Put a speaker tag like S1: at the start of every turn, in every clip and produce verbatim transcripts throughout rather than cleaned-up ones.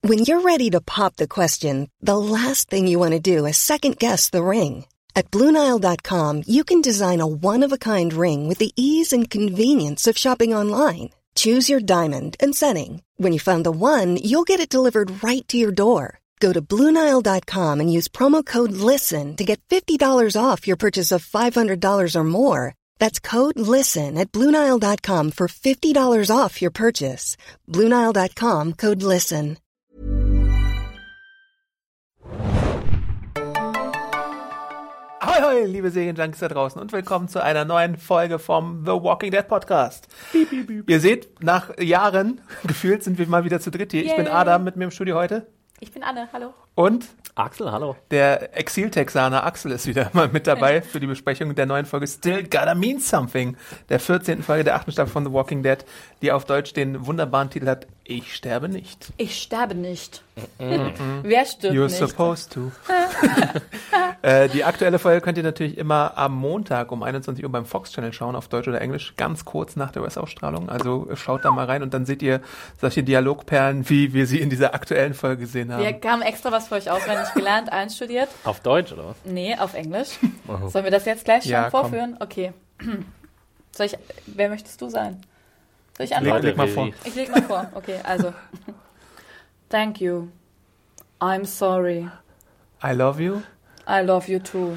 S1: When you're ready to pop the question, the last thing you want to do is second-guess the ring. At Blue Nile dot com, you can design a one-of-a-kind ring with the ease and convenience of shopping online. Choose your diamond and setting. When you find the one, you'll get it delivered right to your door. Go to Blue Nile dot com and use promo code LISTEN to get fifty dollars off your purchase of five hundred dollars or more. That's code LISTEN at Blue Nile dot com for fifty dollars off your purchase. Blue Nile dot com, code LISTEN.
S2: Hoi, hoi, liebe Serienjunkies da draußen und willkommen zu einer neuen Folge vom The Walking Dead Podcast. Piep, piep, piep. Ihr seht, nach Jahren, gefühlt sind wir mal wieder zu dritt hier. Yay. Ich bin Adam, mit mir im Studio heute.
S3: Ich bin Anne, hallo.
S2: Und
S4: Axel, hallo.
S2: Der Exil-Texaner Axel ist wieder mal mit dabei für die Besprechung der neuen Folge Still Gotta Mean Something, der vierzehnten Folge der achten Staffel von The Walking Dead, die auf Deutsch den wunderbaren Titel hat, Ich sterbe nicht.
S3: Ich sterbe nicht. Mm-mm. Wer stirbt
S2: You're
S3: nicht?
S2: You're supposed to. äh, die aktuelle Folge könnt ihr natürlich immer am Montag um einundzwanzig Uhr beim Fox-Channel schauen, auf Deutsch oder Englisch, ganz kurz nach der U S-Ausstrahlung. Also schaut da mal rein und dann seht ihr solche Dialogperlen, wie wir sie in dieser aktuellen Folge gesehen haben.
S3: Wir haben extra was für euch auswendig gelernt, einstudiert.
S4: Auf Deutsch, oder was?
S3: Nee, auf Englisch. Sollen wir das jetzt gleich schon
S2: ja,
S3: vorführen? Komm. Okay. Soll ich, wer möchtest du sein? Soll ich
S2: Leg,
S3: anfangen?
S2: leg mal vor.
S3: Ich leg mal vor. Okay, also. Thank you. I'm sorry.
S2: I love you.
S3: I love you too.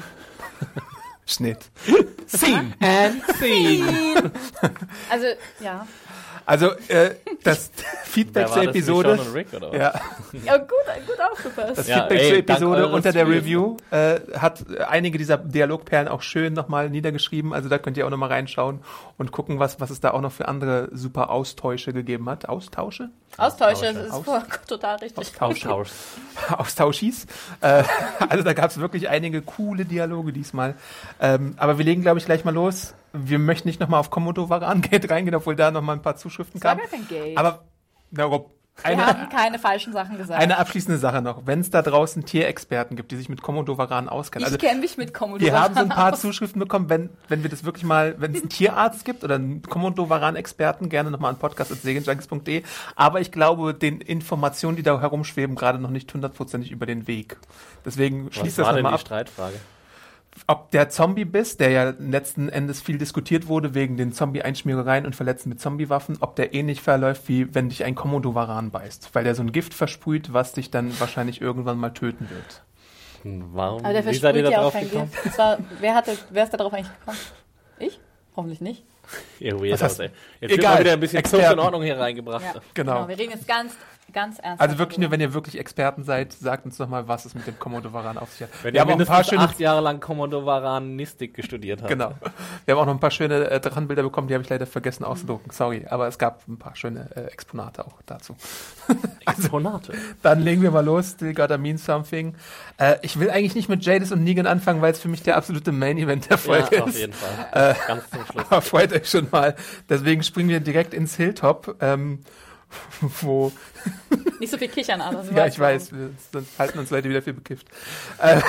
S2: Schnitt.
S4: Scene and scene.
S3: Also, ja.
S2: Also, äh, das Feedback zur Episode.
S4: Das, Rick, oder was?
S2: Ja.
S3: Ja, gut, gut aufgepasst.
S2: Das
S4: ja,
S2: Feedback
S4: ey,
S2: zur Episode unter der
S4: Streams.
S2: Review äh, hat einige dieser Dialogperlen auch schön nochmal niedergeschrieben. Also da könnt ihr auch nochmal reinschauen und gucken, was, was es da auch noch für andere super Austausche gegeben hat. Austausche?
S3: Austausche, das ist
S2: Aus-
S3: voll, total richtig.
S2: Austausche.
S4: Austausch.
S2: Austauschis. Äh, also da gab es wirklich einige coole Dialoge diesmal. Ähm, aber wir legen, glaube ich, gleich mal los. Wir möchten nicht nochmal auf Komodo Varan Gate reingehen, obwohl da nochmal ein paar Zuschriften
S3: Das war
S2: kamen.
S3: gar kein Gate.
S2: Aber na, Rob,
S3: Wir
S2: eine,
S3: haben keine falschen Sachen gesagt.
S2: eine abschließende Sache noch. Wenn es da draußen Tierexperten gibt, die sich mit Komodo Varan auskennen.
S3: ich
S2: Also,
S3: kenne mich mit Komodo
S2: wir haben so ein paar
S3: aus.
S2: Zuschriften bekommen, wenn, wenn wir das wirklich mal, wenn es einen Tierarzt gibt oder einen Komodo Varan-Experten, gerne nochmal an podcast at serienjunkies punkt de. Aber ich glaube, den Informationen, die da herumschweben, gerade noch nicht hundertprozentig über den Weg. Deswegen
S4: Was
S2: schließt das
S4: war denn
S2: nochmal
S4: die
S2: ab.
S4: Streitfrage?
S2: Ob der Zombie-Biss, der ja letzten Endes viel diskutiert wurde wegen den Zombie-Einschmierereien und Verletzen mit Zombie-Waffen, ob der ähnlich verläuft, wie wenn dich ein Komodo-Varan beißt. Weil der so ein Gift versprüht, was dich dann wahrscheinlich irgendwann mal töten wird.
S4: Warum?
S3: Aber der
S4: Wie seid ihr
S3: versprüht
S4: da
S3: ja auch
S4: drauf
S3: kein
S4: gekommen?
S3: Gift. Das war, wer, hatte, wer ist da drauf eigentlich gekommen? Ich? Hoffentlich nicht.
S4: Ihr
S2: Was
S4: weird
S2: hast-
S4: aus, ey. Jetzt wird
S2: Egal.
S4: mal wieder ein bisschen
S2: Experten.
S4: Zucht und Ordnung hier reingebracht.
S3: Ja,
S2: Genau.
S3: Wir reden jetzt ganz, ganz ernst.
S2: Also wirklich nur, wenn ihr wirklich Experten seid, sagt uns doch mal, was es mit dem Komodo-Varan auf sich hat.
S4: Wenn
S2: Wir
S4: ihr
S2: haben auch ein paar
S4: mindestens
S2: schöne,
S4: acht Jahre lang Komodo Varanistik studiert habt.
S2: genau. Wir haben auch noch ein paar schöne äh, Drachenbilder bekommen, die habe ich leider vergessen auszudrucken. Sorry, aber es gab ein paar schöne äh, Exponate auch dazu.
S4: Exponate.
S2: Dann legen wir mal los. Still Gotta Mean Something. Äh, ich will eigentlich nicht mit Jadis und Negan anfangen, weil es für mich der absolute Main-Event der Folge
S4: Ja, auf
S2: ist.
S4: jeden Fall.
S2: Äh,
S4: Ganz zum Schluss.
S2: Aber freut euch schon mal. Deswegen springen wir direkt ins Hilltop, ähm, wo,
S3: Nicht so viel kichern, aber so
S2: ja, ich weiß, wir sind, halten uns Leute wieder für bekifft. Äh,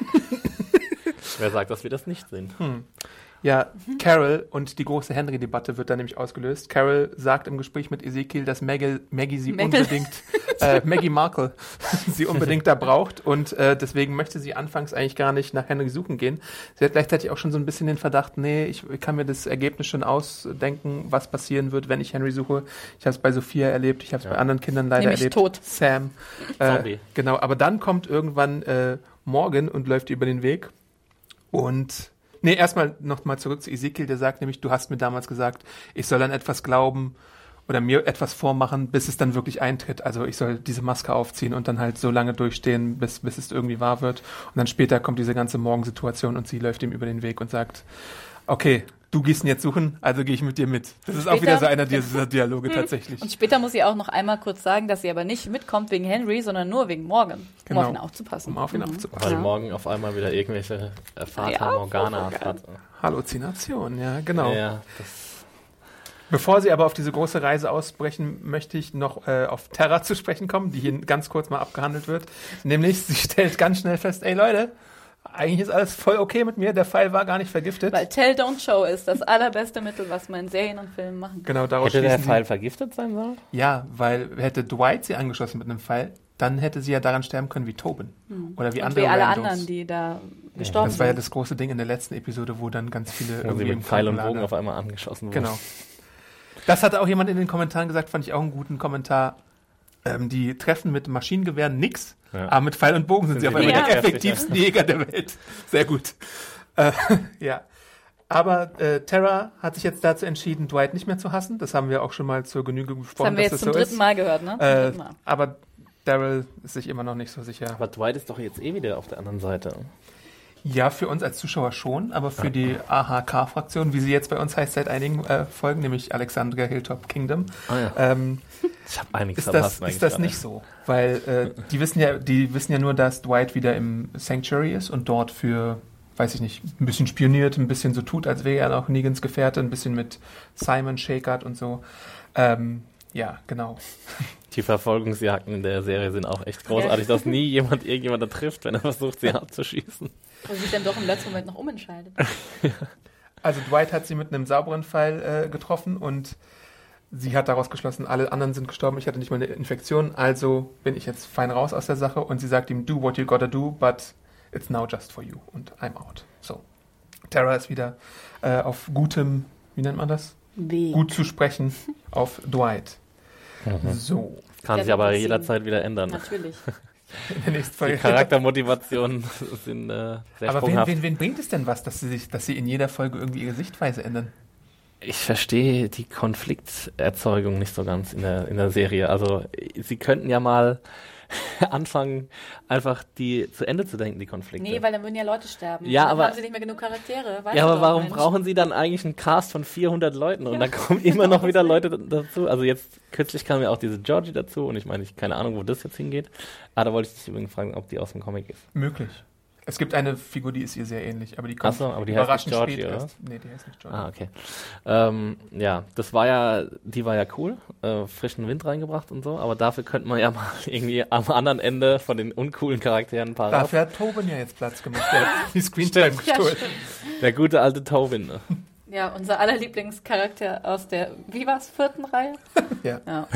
S4: Wer sagt, dass wir das nicht sind?
S2: Hm. Ja, Carol und die große Henry-Debatte wird dann nämlich ausgelöst. Carol sagt im Gespräch mit Ezekiel, dass Maggie, Maggie sie
S3: Maggie.
S2: unbedingt, äh, Maggie Markle, sie unbedingt da braucht und äh, deswegen möchte sie anfangs eigentlich gar nicht nach Henry suchen gehen. Sie hat gleichzeitig auch schon so ein bisschen den Verdacht, nee, ich kann mir das Ergebnis schon ausdenken, was passieren wird, wenn ich Henry suche. Ich habe es bei Sophia erlebt, ich habe es
S4: Ja.
S2: bei anderen Kindern leider
S3: Nämlich
S2: erlebt.
S3: tot.
S2: Sam. Äh,
S4: Zombie.
S2: genau, aber dann kommt irgendwann äh, Morgan und läuft über den Weg und Nee, erstmal noch mal zurück zu Ezekiel, der sagt nämlich, du hast mir damals gesagt, ich soll an etwas glauben oder mir etwas vormachen, bis es dann wirklich eintritt. Also ich soll diese Maske aufziehen und dann halt so lange durchstehen, bis, bis es irgendwie wahr wird. Und dann später kommt diese ganze Morgensituation und sie läuft ihm über den Weg und sagt, okay, du gehst ihn jetzt suchen, also gehe ich mit dir mit. Das ist auch
S3: Später-
S2: wieder so einer dieser Dialoge tatsächlich.
S3: Und später muss sie auch noch einmal kurz sagen, dass sie aber nicht mitkommt wegen Henry, sondern nur wegen Morgan,
S2: Genau.
S3: um auf ihn aufzupassen.
S2: Um auf ihn
S3: Mhm.
S2: aufzupassen.
S4: Weil
S3: Ja.
S4: morgen auf einmal wieder irgendwelche äh, Fata
S3: Ja,
S4: Morgana
S3: voll
S4: hat.
S2: Halluzination, ja, genau.
S4: Ja, das
S2: Bevor sie aber auf diese große Reise ausbrechen, möchte ich noch äh, auf Terra zu sprechen kommen, die hier ganz kurz mal abgehandelt wird. Nämlich, sie stellt ganz schnell fest, ey Leute, eigentlich ist alles voll okay mit mir, der Fall war gar nicht vergiftet.
S3: Weil Tell, Don't Show ist das allerbeste Mittel, was man in Serien und Filmen machen kann.
S2: Genau, daraus
S4: hätte der
S2: schließen sie-
S4: Pfeil vergiftet sein sollen?
S2: Ja, weil hätte Dwight sie angeschossen mit einem Pfeil, dann hätte sie ja daran sterben können wie Tobin.
S3: Hm.
S2: Oder wie
S3: Und
S2: andere
S3: wie alle
S2: Randos.
S3: anderen, die da gestorben
S2: Das war ja
S3: sind.
S2: das große Ding in der letzten Episode, wo dann ganz viele
S4: Wo sie
S2: irgendwie
S4: mit
S2: im
S4: Pfeil und
S2: Krankenlager-
S4: Bogen auf einmal angeschossen wurden.
S2: Genau. Das hatte auch jemand in den Kommentaren gesagt, fand ich auch einen guten Kommentar. Ähm, die treffen mit Maschinengewehren nix,
S4: Ja.
S2: aber mit Pfeil und Bogen sind,
S4: Sind
S2: sie auf
S4: sie
S2: einmal
S3: mega
S2: die
S4: kräftig,
S2: effektivsten Jäger der Welt. Sehr gut. Äh, ja. Aber äh, Tara hat sich jetzt dazu entschieden, Dwight nicht mehr zu hassen. Das haben wir auch schon mal zur Genüge
S3: Das
S2: besprochen,
S3: haben wir
S2: dass
S3: jetzt
S2: das
S3: zum
S2: so
S3: dritten
S2: ist.
S3: Mal gehört, ne? Zum
S2: Äh,
S3: dritten Mal.
S2: aber Daryl ist sich immer noch nicht so sicher.
S4: Aber Dwight ist doch jetzt eh wieder auf der anderen Seite.
S2: Ja, für uns als Zuschauer schon, aber für die A H K-Fraktion, wie sie jetzt bei uns heißt seit einigen äh, Folgen, nämlich Alexandria Hilltop Kingdom,
S4: Ah, ja.
S2: ähm,
S4: Ich habe einiges
S2: ist das,
S4: verpasst.
S2: ist das nicht so. Weil äh, die wissen ja, die wissen ja nur, dass Dwight wieder im Sanctuary ist und dort für, weiß ich nicht, ein bisschen spioniert, ein bisschen so tut, als wäre er noch Negans Gefährte, ein bisschen mit Simon Shakert und so. Ähm, ja, genau.
S4: Die Verfolgungsjagden in der Serie sind auch echt großartig, dass nie jemand irgendjemanden trifft, wenn er versucht, sie abzuschießen.
S3: Und sich dann doch im letzten Moment noch umentscheidet.
S2: Also Dwight hat sie mit einem sauberen Pfeil äh, getroffen und sie hat daraus geschlossen, alle anderen sind gestorben, ich hatte nicht mal eine Infektion, also bin ich jetzt fein raus aus der Sache und sie sagt ihm, do what you gotta do, but it's now just for you und I'm out. So. Tara ist wieder äh, auf gutem, wie nennt man das?
S3: Wie?
S2: Gut zu sprechen auf Dwight. So.
S4: Kann
S3: Ja,
S4: sich aber
S3: das ist
S4: jederzeit wieder ändern.
S3: Natürlich.
S2: In der nächsten
S4: Die
S2: Folge.
S4: Charaktermotivationen sind äh, sehr
S2: Aber wen,
S4: sprunghaft.
S2: wen, wen bringt es denn was, dass sie sich, dass sie in jeder Folge irgendwie ihre Sichtweise ändern?
S4: Ich verstehe die Konflikterzeugung nicht so ganz in der, in der Serie. Also sie könnten ja mal anfangen, einfach die zu Ende zu denken, die Konflikte.
S3: Nee, weil dann würden ja Leute sterben.
S4: Ja,
S3: dann
S4: aber-
S3: haben sie nicht mehr genug Charaktere. Weißt
S4: Ja,
S3: du
S4: aber
S3: doch,
S4: warum
S3: Mensch.
S4: brauchen sie dann eigentlich einen Cast von vierhundert Leuten und dann kommen immer noch wieder Leute dazu? Also jetzt, kürzlich kam ja auch diese Georgie dazu und ich meine, ich keine Ahnung, wo das jetzt hingeht. Ah, da wollte ich dich übrigens fragen, ob die aus dem Comic ist.
S2: Möglich. Es gibt eine Figur, die ist ihr sehr ähnlich, aber die kommt
S4: Ach so, aber die heißt
S2: überraschend
S4: nicht Georgie,
S2: spät
S4: oder?
S2: erst. Nee, die heißt nicht Georgie.
S4: Ah, okay. Ähm, ja, das war ja, die war ja cool, äh, frischen Wind reingebracht und so, aber dafür könnte man ja mal irgendwie am anderen Ende von den uncoolen Charakteren ein paar raus.
S2: Dafür hat Tobin ja jetzt Platz gemacht. Der hat die Screentime
S3: Ja,
S2: gestohlen.
S3: stimmt.
S4: Der gute alte Tobin. Ne?
S3: Ja, unser aller Lieblingscharakter aus der, wie war's, vierten Reihe?
S2: Ja.
S3: Ja.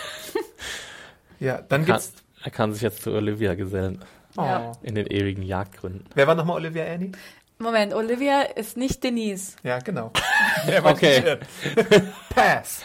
S2: Ja, dann
S4: Kann,
S2: gibt's.
S4: er kann sich jetzt zu Olivia gesellen,
S2: Oh.
S3: Ja.
S4: in den ewigen Jagdgründen.
S2: Wer war nochmal Olivia Annie?
S3: Moment, Olivia ist nicht Denise.
S2: Ja, genau. Wer war
S4: Okay.
S2: Pass.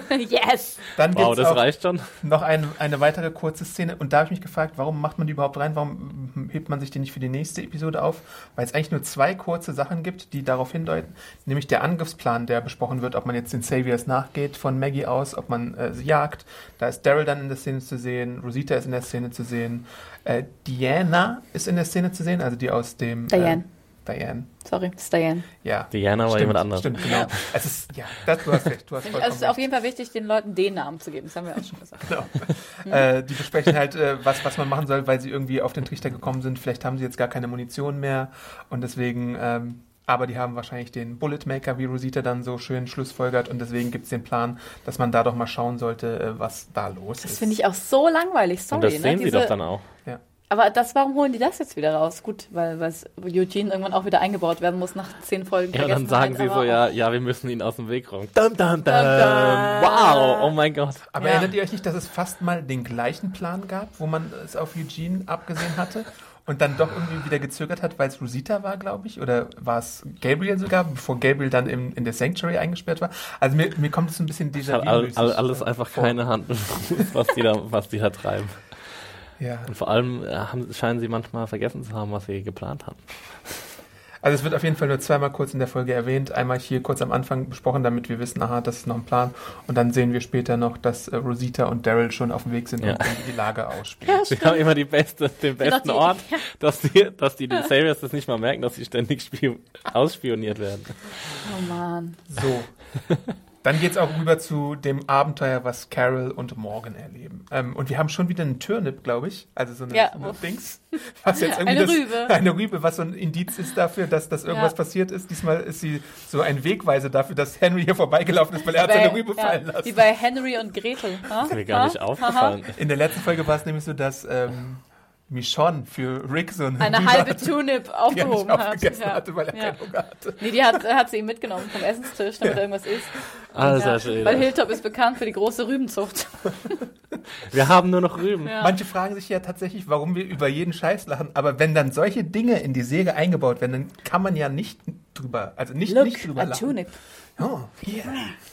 S3: Yes!
S2: Dann
S4: Wow,
S2: gibt's
S4: das
S2: auch
S4: reicht schon.
S2: noch ein, eine weitere kurze Szene und da habe ich mich gefragt, warum macht man die überhaupt rein? Warum hebt man sich die nicht für die nächste Episode auf? Weil es eigentlich nur zwei kurze Sachen gibt, die darauf hindeuten, nämlich der Angriffsplan, der besprochen wird, ob man jetzt den Saviors nachgeht von Maggie aus, ob man äh, sie jagt. Da ist Daryl dann in der Szene zu sehen, Rosita ist in der Szene zu sehen, äh, Diana ist in der Szene zu sehen, also die aus dem...
S3: Diane.
S2: Äh, Diane,
S3: Sorry, das ist Diane.
S2: ja.
S4: Diana war
S2: Stimmt,
S4: jemand anderes.
S2: Stimmt, genau.
S3: Ja.
S2: Es ist, ja, das, du hast recht, du hast vollkommen
S3: Also es ist auf
S2: recht.
S3: jeden Fall wichtig, den Leuten den Namen zu geben. Das haben wir auch schon gesagt.
S2: Genau. Äh, die besprechen halt, äh, was, was man machen soll, weil sie irgendwie auf den Trichter gekommen sind. Vielleicht haben sie jetzt gar keine Munition mehr und deswegen, ähm, aber die haben wahrscheinlich den Bulletmaker, wie Rosita dann so schön schlussfolgert und deswegen gibt es den Plan, dass man da doch mal schauen sollte, äh, was da los
S3: Das
S2: ist.
S3: finde ich auch so langweilig. Sorry,
S4: Und das sehen
S3: ne?
S4: sie
S3: Diese-
S4: doch dann auch.
S2: Ja.
S3: Aber das, warum holen die das jetzt wieder raus? Gut, weil weil es Eugene irgendwann auch wieder eingebaut werden muss nach zehn Folgen.
S4: Ja, und dann sagen
S3: Vergessenheit,
S4: sie so,
S3: aber
S4: ja,
S3: auch-
S4: ja, wir müssen ihn aus dem Weg räumen. Dum, dum, dum.
S3: dum.
S4: Wow, oh mein Gott.
S2: Aber
S3: Ja.
S2: erinnert ihr euch nicht, dass es fast mal den gleichen Plan gab, wo man es auf Eugene abgesehen hatte und dann doch irgendwie wieder gezögert hat, weil es Rosita war, glaube ich, oder war es Gabriel sogar, bevor Gabriel dann im, in der Sanctuary eingesperrt war? Also mir, mir kommt es ein bisschen
S4: Es hat
S2: déjà
S4: all,
S2: vu
S4: all, alles einfach
S2: vor.
S4: keine Hand und Fuß, was die da, was die da treiben.
S2: Ja.
S4: Und vor allem äh, haben, scheinen sie manchmal vergessen zu haben, was sie geplant haben.
S2: Also es wird auf jeden Fall nur zweimal kurz in der Folge erwähnt. Einmal hier kurz am Anfang besprochen, damit wir wissen, aha, das ist noch ein Plan. Und dann sehen wir später noch, dass äh, Rosita und Daryl schon auf dem Weg sind
S4: Ja.
S2: und irgendwie die Lage ausspielen.
S4: Sie haben immer die beste, den
S3: Sind doch
S4: besten
S3: die-
S4: Ort,
S3: Ja.
S4: dass die, dass die, die Saviors das nicht mal merken, dass sie ständig spion, ausspioniert werden.
S3: Oh Mann.
S2: So. Dann geht's auch rüber zu dem Abenteuer, was Carol und Morgan erleben. Ähm, und wir haben schon wieder einen Turnip, glaube ich. Also so eine,
S3: Ja.
S2: so eine Dings. Was jetzt irgendwie
S3: Eine
S2: das,
S3: Rübe.
S2: Eine Rübe, was so ein Indiz ist dafür, dass, dass irgendwas
S3: Ja.
S2: passiert ist. Diesmal ist sie so ein Wegweiser dafür, dass Henry hier vorbeigelaufen ist, weil er hat seine Rübe
S3: ja,
S2: fallen
S3: Wie
S2: lassen.
S3: bei Henry und Gretel. Ha?
S4: Das ist mir gar nicht
S3: Ha?
S4: aufgefallen.
S2: In der letzten Folge war es nämlich so, dass ähm, Michonne für Rick so eine,
S3: eine halbe Tunip aufgehoben
S2: hat.
S3: hat.
S2: Gegessen
S3: Ja.
S2: hatte, weil er
S3: Ja.
S2: keinen Hunger hatte.
S3: Nee, die hat, hat sie ihm mitgenommen vom Essenstisch, damit ja. irgendwas isst.
S4: Alter
S3: Ja,
S4: Schwede.
S3: weil Hilltop ist bekannt für die große Rübenzucht.
S4: Wir haben nur noch Rüben.
S3: Ja.
S2: Manche fragen sich ja tatsächlich, warum wir über jeden Scheiß lachen, aber wenn dann solche Dinge in die Serie eingebaut werden, dann kann man ja nicht drüber, also nicht,
S3: Look,
S2: nicht drüber
S3: a
S2: lachen.
S3: Tunip.
S2: Oh, yeah.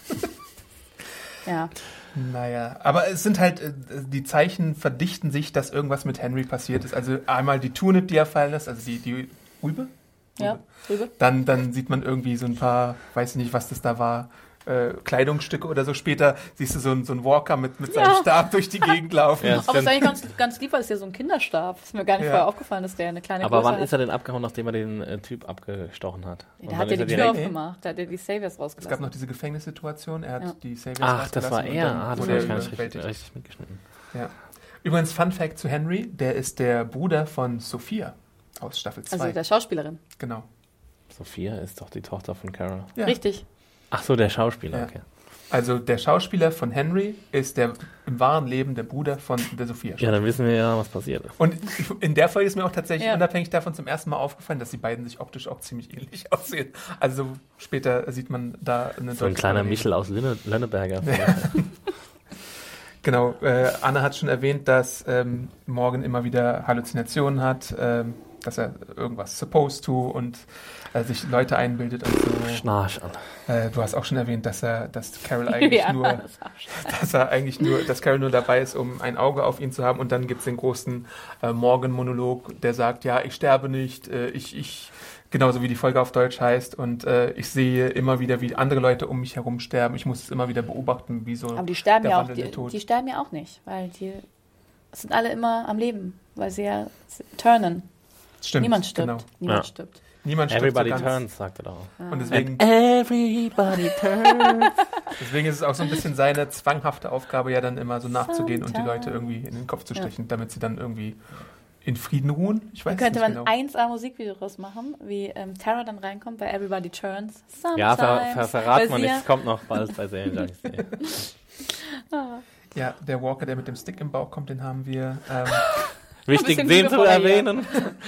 S3: Ja.
S2: Naja, aber es sind halt, äh, die Zeichen verdichten sich, dass irgendwas mit Henry passiert ist. Also einmal die Tunip, die er fallen lässt, also die, die Rübe.
S3: Ja, Rübe.
S2: Dann, dann sieht man irgendwie so ein paar, weiß ich nicht, was das da war, äh, Kleidungsstücke oder so. Später siehst du so einen so einen Walker mit, mit seinem
S3: Ja.
S2: Stab durch die Gegend laufen.
S4: Ja,
S3: Aber es ist eigentlich ganz, ganz lieb, weil es ja so ein Kinderstab. Ist mir gar nicht
S2: Ja.
S3: vorher aufgefallen, dass der eine kleine
S4: Aber
S3: Größe
S4: wann
S3: hat.
S4: ist er denn abgehauen, nachdem er den äh, Typ abgestochen hat? Und
S3: Der
S4: dann
S3: hat ja
S4: ist
S3: die
S4: er
S3: Tür
S4: direkt-
S3: aufgemacht, der hat ja die Saviors
S2: Es gab
S3: rausgelassen.
S2: noch diese Gefängnissituation, er hat
S3: Ja.
S2: die Saviors
S4: Ach, das war
S2: rausgelassen und
S4: er.
S2: dann
S4: Ah, das
S2: wurde
S4: habe
S2: er
S4: ich gar nicht richtig,
S2: überwältigt.
S4: richtig mitgeschnitten.
S2: Ja. Übrigens, Fun Fact zu Henry, der ist der Bruder von Sophia aus Staffel zwei.
S3: Also der Schauspielerin.
S2: Genau.
S4: Sophia ist doch die Tochter von Carol.
S2: Ja.
S3: Richtig.
S4: Ach so, der Schauspieler,
S2: Ja.
S4: okay.
S2: Also der Schauspieler von Henry ist der im wahren Leben der Bruder von der Sophia.
S4: Ja, dann wissen wir ja, was passiert ist.
S2: Und in der Folge ist mir auch tatsächlich
S3: Ja.
S2: unabhängig davon zum ersten Mal aufgefallen, dass die beiden sich optisch auch ziemlich ähnlich aussehen. Also später sieht man da eine
S4: So ein
S2: deutliche
S4: kleiner
S2: Parallele.
S4: Michel aus Lönne, Lönneberger.
S2: Genau, äh, Anna hat schon erwähnt, dass ähm, Morgan immer wieder Halluzinationen hat, ähm, dass er irgendwas supposed to und äh, sich Leute einbildet und so.
S4: Schnarch an.
S2: Äh, du hast auch schon erwähnt, dass er, dass Carol eigentlich
S3: Ja,
S2: nur,
S3: das war schon-
S2: dass er eigentlich nur, dass Carol nur dabei ist, um ein Auge auf ihn zu haben. Und dann gibt es den großen äh, Morgan-Monolog, der sagt, ja, ich sterbe nicht, äh, ich, ich, genauso wie die Folge auf Deutsch heißt. Und äh, ich sehe immer wieder, wie andere Leute um mich herum sterben. Ich muss es immer wieder beobachten, wie so
S3: Aber die sterben
S2: der
S3: ja auch,
S2: wandelnde
S3: die,
S2: Tod.
S3: die sterben ja auch nicht, weil die sind alle immer am Leben, weil sie ja turnen.
S2: Stimmt,
S3: Niemand stirbt.
S2: Genau.
S3: Niemand
S4: Ja.
S3: stirbt.
S2: Niemand stirbt
S4: Everybody
S2: so ganz.
S4: turns, sagt er doch.
S2: Und deswegen,
S4: Everybody turns.
S2: deswegen ist es auch so ein bisschen seine zwanghafte Aufgabe, ja dann immer so nachzugehen und die Leute irgendwie in den Kopf zu stechen, damit sie dann irgendwie in Frieden ruhen. Ich weiß
S3: Da könnte
S2: nicht
S3: man
S2: genau.
S3: eins A Musikvideo draus machen, wie ähm, Tara dann reinkommt bei Everybody Turns.
S4: Ja, ver, ver,
S3: Sometimes.
S4: verrat
S3: Weil
S4: man
S3: sie
S4: nicht, es kommt noch bald bei Serienjunkies.
S2: Ja, der Walker, der mit dem Stick im Bauch kommt, den haben wir. Ähm,
S4: Wichtig,
S3: bisschen
S4: den zu
S3: liebevoller hier.
S4: erwähnen.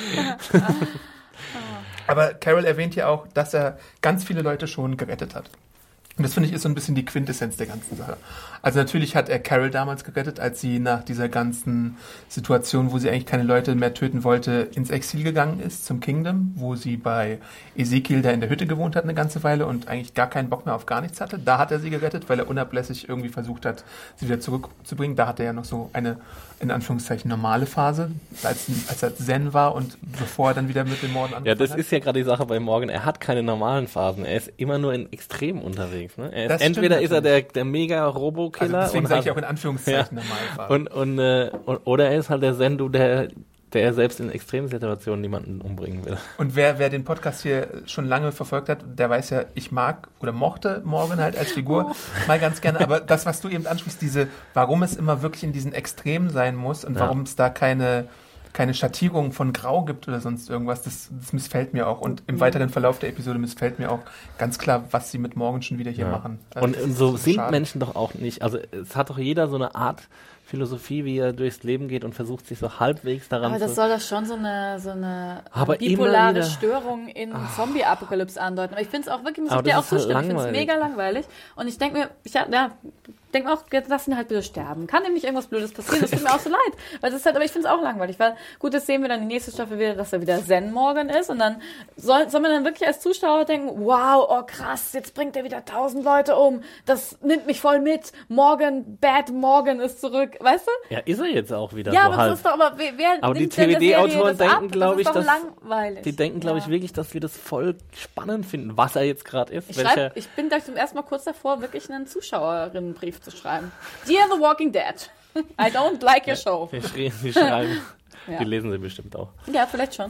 S2: aber Carol erwähnt ja auch, dass er ganz viele Leute schon gerettet hat. Und das finde ich ist so ein bisschen die Quintessenz der ganzen Sache. Also natürlich hat er Carol damals gerettet, als sie nach dieser ganzen Situation, wo sie eigentlich keine Leute mehr töten wollte, ins Exil gegangen ist, zum Kingdom, wo sie bei Ezekiel da in der Hütte gewohnt hat eine ganze Weile und eigentlich gar keinen Bock mehr auf gar nichts hatte. Da hat er sie gerettet, weil er unablässig irgendwie versucht hat, sie wieder zurückzubringen. Da hatte er ja noch so eine, in Anführungszeichen, normale Phase, als, als er Zen war und bevor er dann wieder mit den Morden angefangen
S4: Ja, das
S2: hat.
S4: ist ja gerade die Sache bei Morgan. Er hat keine normalen Phasen. Er ist immer nur in Extremen unterwegs. Ne? Er ist,
S2: Das stimmt
S4: entweder ist er der,
S2: natürlich.
S4: der mega
S2: Also
S4: Robo-Killer
S2: deswegen
S4: und
S2: sage
S4: hat-
S2: ich auch in Anführungszeichen normal war.
S4: Und, und, äh, und, oder er ist halt der Sendu, der, der selbst in Extremsituationen niemanden umbringen will.
S2: Und wer, wer den Podcast hier schon lange verfolgt hat, der weiß ja, ich mag oder mochte Morgan halt als Figur mal ganz gerne. Aber das, was du eben ansprichst, diese, warum es immer wirklich in diesen Extremen sein muss und
S4: Ja.
S2: warum es da keine, keine Schattierung von Grau gibt oder sonst irgendwas, das, das missfällt mir auch. Und im weiteren Verlauf der Episode missfällt mir auch ganz klar, was sie mit Morgan schon wieder hier
S4: Ja.
S2: machen.
S4: Und,
S2: Das
S4: und
S2: ist
S4: so sind
S2: schade.
S4: Menschen doch auch nicht. Also es hat doch jeder so eine Art Philosophie, wie er durchs Leben geht und versucht sich so halbwegs daran
S3: Aber das
S4: zu...
S3: soll doch schon so eine, so eine
S4: Aber
S3: bipolare
S4: immer wieder-
S3: Störung in Zombie-Apokalypse andeuten. Aber ich finde es auch wirklich, muss
S4: Aber
S3: ich dir
S4: das
S3: auch
S4: ist halt
S3: zustimmen, ich finde es
S4: langweilig.
S3: mega langweilig. Und ich denke mir, ich hab- ja, denke mir auch, jetzt lass ihn halt bitte sterben. Kann ihm nicht irgendwas Blödes passieren, das tut mir auch so leid. Weil das ist halt, aber ich finde es auch langweilig, weil gut, das sehen wir dann in der nächsten Staffel wieder, dass er wieder Zen Morgan ist und dann soll, soll man dann wirklich als Zuschauer denken, wow, oh krass, jetzt bringt er wieder tausend Leute um, das nimmt mich voll mit, Morgan, Bad Morgan ist zurück, weißt du?
S4: Ja, ist er jetzt auch wieder
S3: Ja,
S4: so
S3: aber
S4: halb.
S3: das ist doch, aber wer, wer
S4: Aber die
S3: nimmt denn der Serie
S4: T V D-Autoren
S3: das ab?
S4: denken, glaube ich,
S3: das ist
S4: dass...
S3: doch langweilig.
S4: Die denken, glaube ich,
S3: Ja.
S4: wirklich, dass wir das voll spannend finden, was er jetzt gerade ist.
S3: Ich,
S4: welcher-
S3: schreib, ich bin gleich zum ersten Mal kurz davor, wirklich einen Zuschauerinnenbrief zu schreiben. Dear The Walking Dead, I don't like your show.
S4: Wir schrie- Sie schreiben.
S3: Ja.
S4: Die lesen sie bestimmt auch.
S3: Ja, vielleicht schon.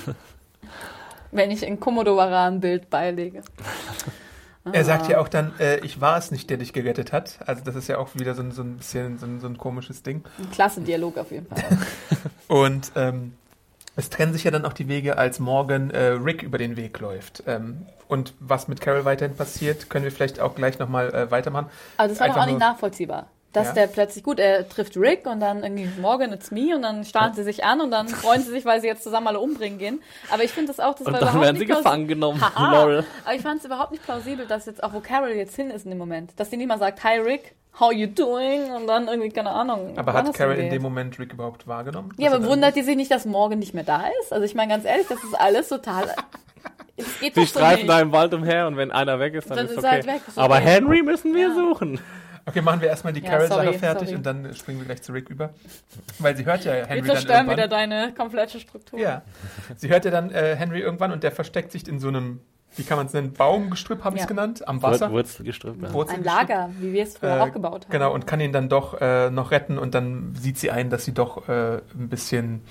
S3: Wenn ich ein Komodo-Varan-Bild beilege.
S2: Er sagt ja auch dann, äh, ich war es nicht, der dich gerettet hat. Also das ist ja auch wieder so ein, so ein bisschen so ein, so ein komisches Ding.
S3: Ein klasse Dialog auf jeden Fall.
S2: Und ähm, es trennen sich ja dann auch die Wege, als Morgan äh, Rick über den Weg läuft. Ähm, und was mit Carol weiterhin passiert, können wir vielleicht auch gleich nochmal äh, weitermachen.
S3: Aber das war doch
S2: Einfach
S3: auch nicht
S2: nur-
S3: nachvollziehbar. dass
S2: Ja.
S3: der plötzlich, gut, er trifft Rick und dann irgendwie Morgan, it's me und dann starren sie sich an und dann freuen sie sich, weil sie jetzt zusammen alle umbringen gehen. Aber ich finde das auch, das
S4: Und
S3: war
S4: dann
S3: überhaupt
S4: werden sie
S3: nicht plaus-
S4: gefangen genommen.
S3: Haha.
S4: Lol.
S3: Aber ich fand es überhaupt nicht plausibel, dass jetzt auch, wo Carol jetzt hin ist in dem Moment, dass sie nicht mal sagt, hi Rick, how you doing? Und dann irgendwie, keine Ahnung.
S2: Aber
S3: wann
S2: hat
S3: das
S2: Carol
S3: denn
S2: in
S3: geht.
S2: dem Moment Rick überhaupt wahrgenommen?
S3: Ja,
S2: Was
S3: aber
S2: er
S3: wundert
S2: da-
S3: die sich nicht, dass Morgan nicht mehr da ist? Also ich meine ganz ehrlich, das ist alles total... Es geht
S4: Sie
S3: doch so
S4: streifen
S3: nicht.
S4: da im Wald umher und wenn einer weg ist, dann,
S3: Dann
S4: ist
S3: ist
S4: okay.
S3: er halt weg, ist
S4: Aber
S3: okay.
S4: Henry müssen wir
S3: Ja.
S4: suchen.
S2: Okay, machen wir erstmal die
S3: Ja,
S2: Carol-Sache
S3: sorry,
S2: fertig
S3: sorry.
S2: und dann springen wir gleich zu Rick über. Weil sie hört ja Henry
S3: Wir
S2: dann
S3: zerstören
S2: irgendwann.
S3: wieder deine komplette Struktur.
S2: Ja. Sie hört ja dann äh, Henry irgendwann und der versteckt sich in so einem, wie kann man es nennen, Baumgestrüpp, habe ich es
S3: Ja.
S2: genannt, am Wasser.
S4: Wurzelgestrüpp. Ja.
S2: Wurzel-
S3: Ein Lager, wie wir es früher
S2: Äh,
S3: auch gebaut haben.
S2: Genau, und kann ihn dann doch äh, noch retten und dann sieht sie ein, dass sie doch äh, ein bisschen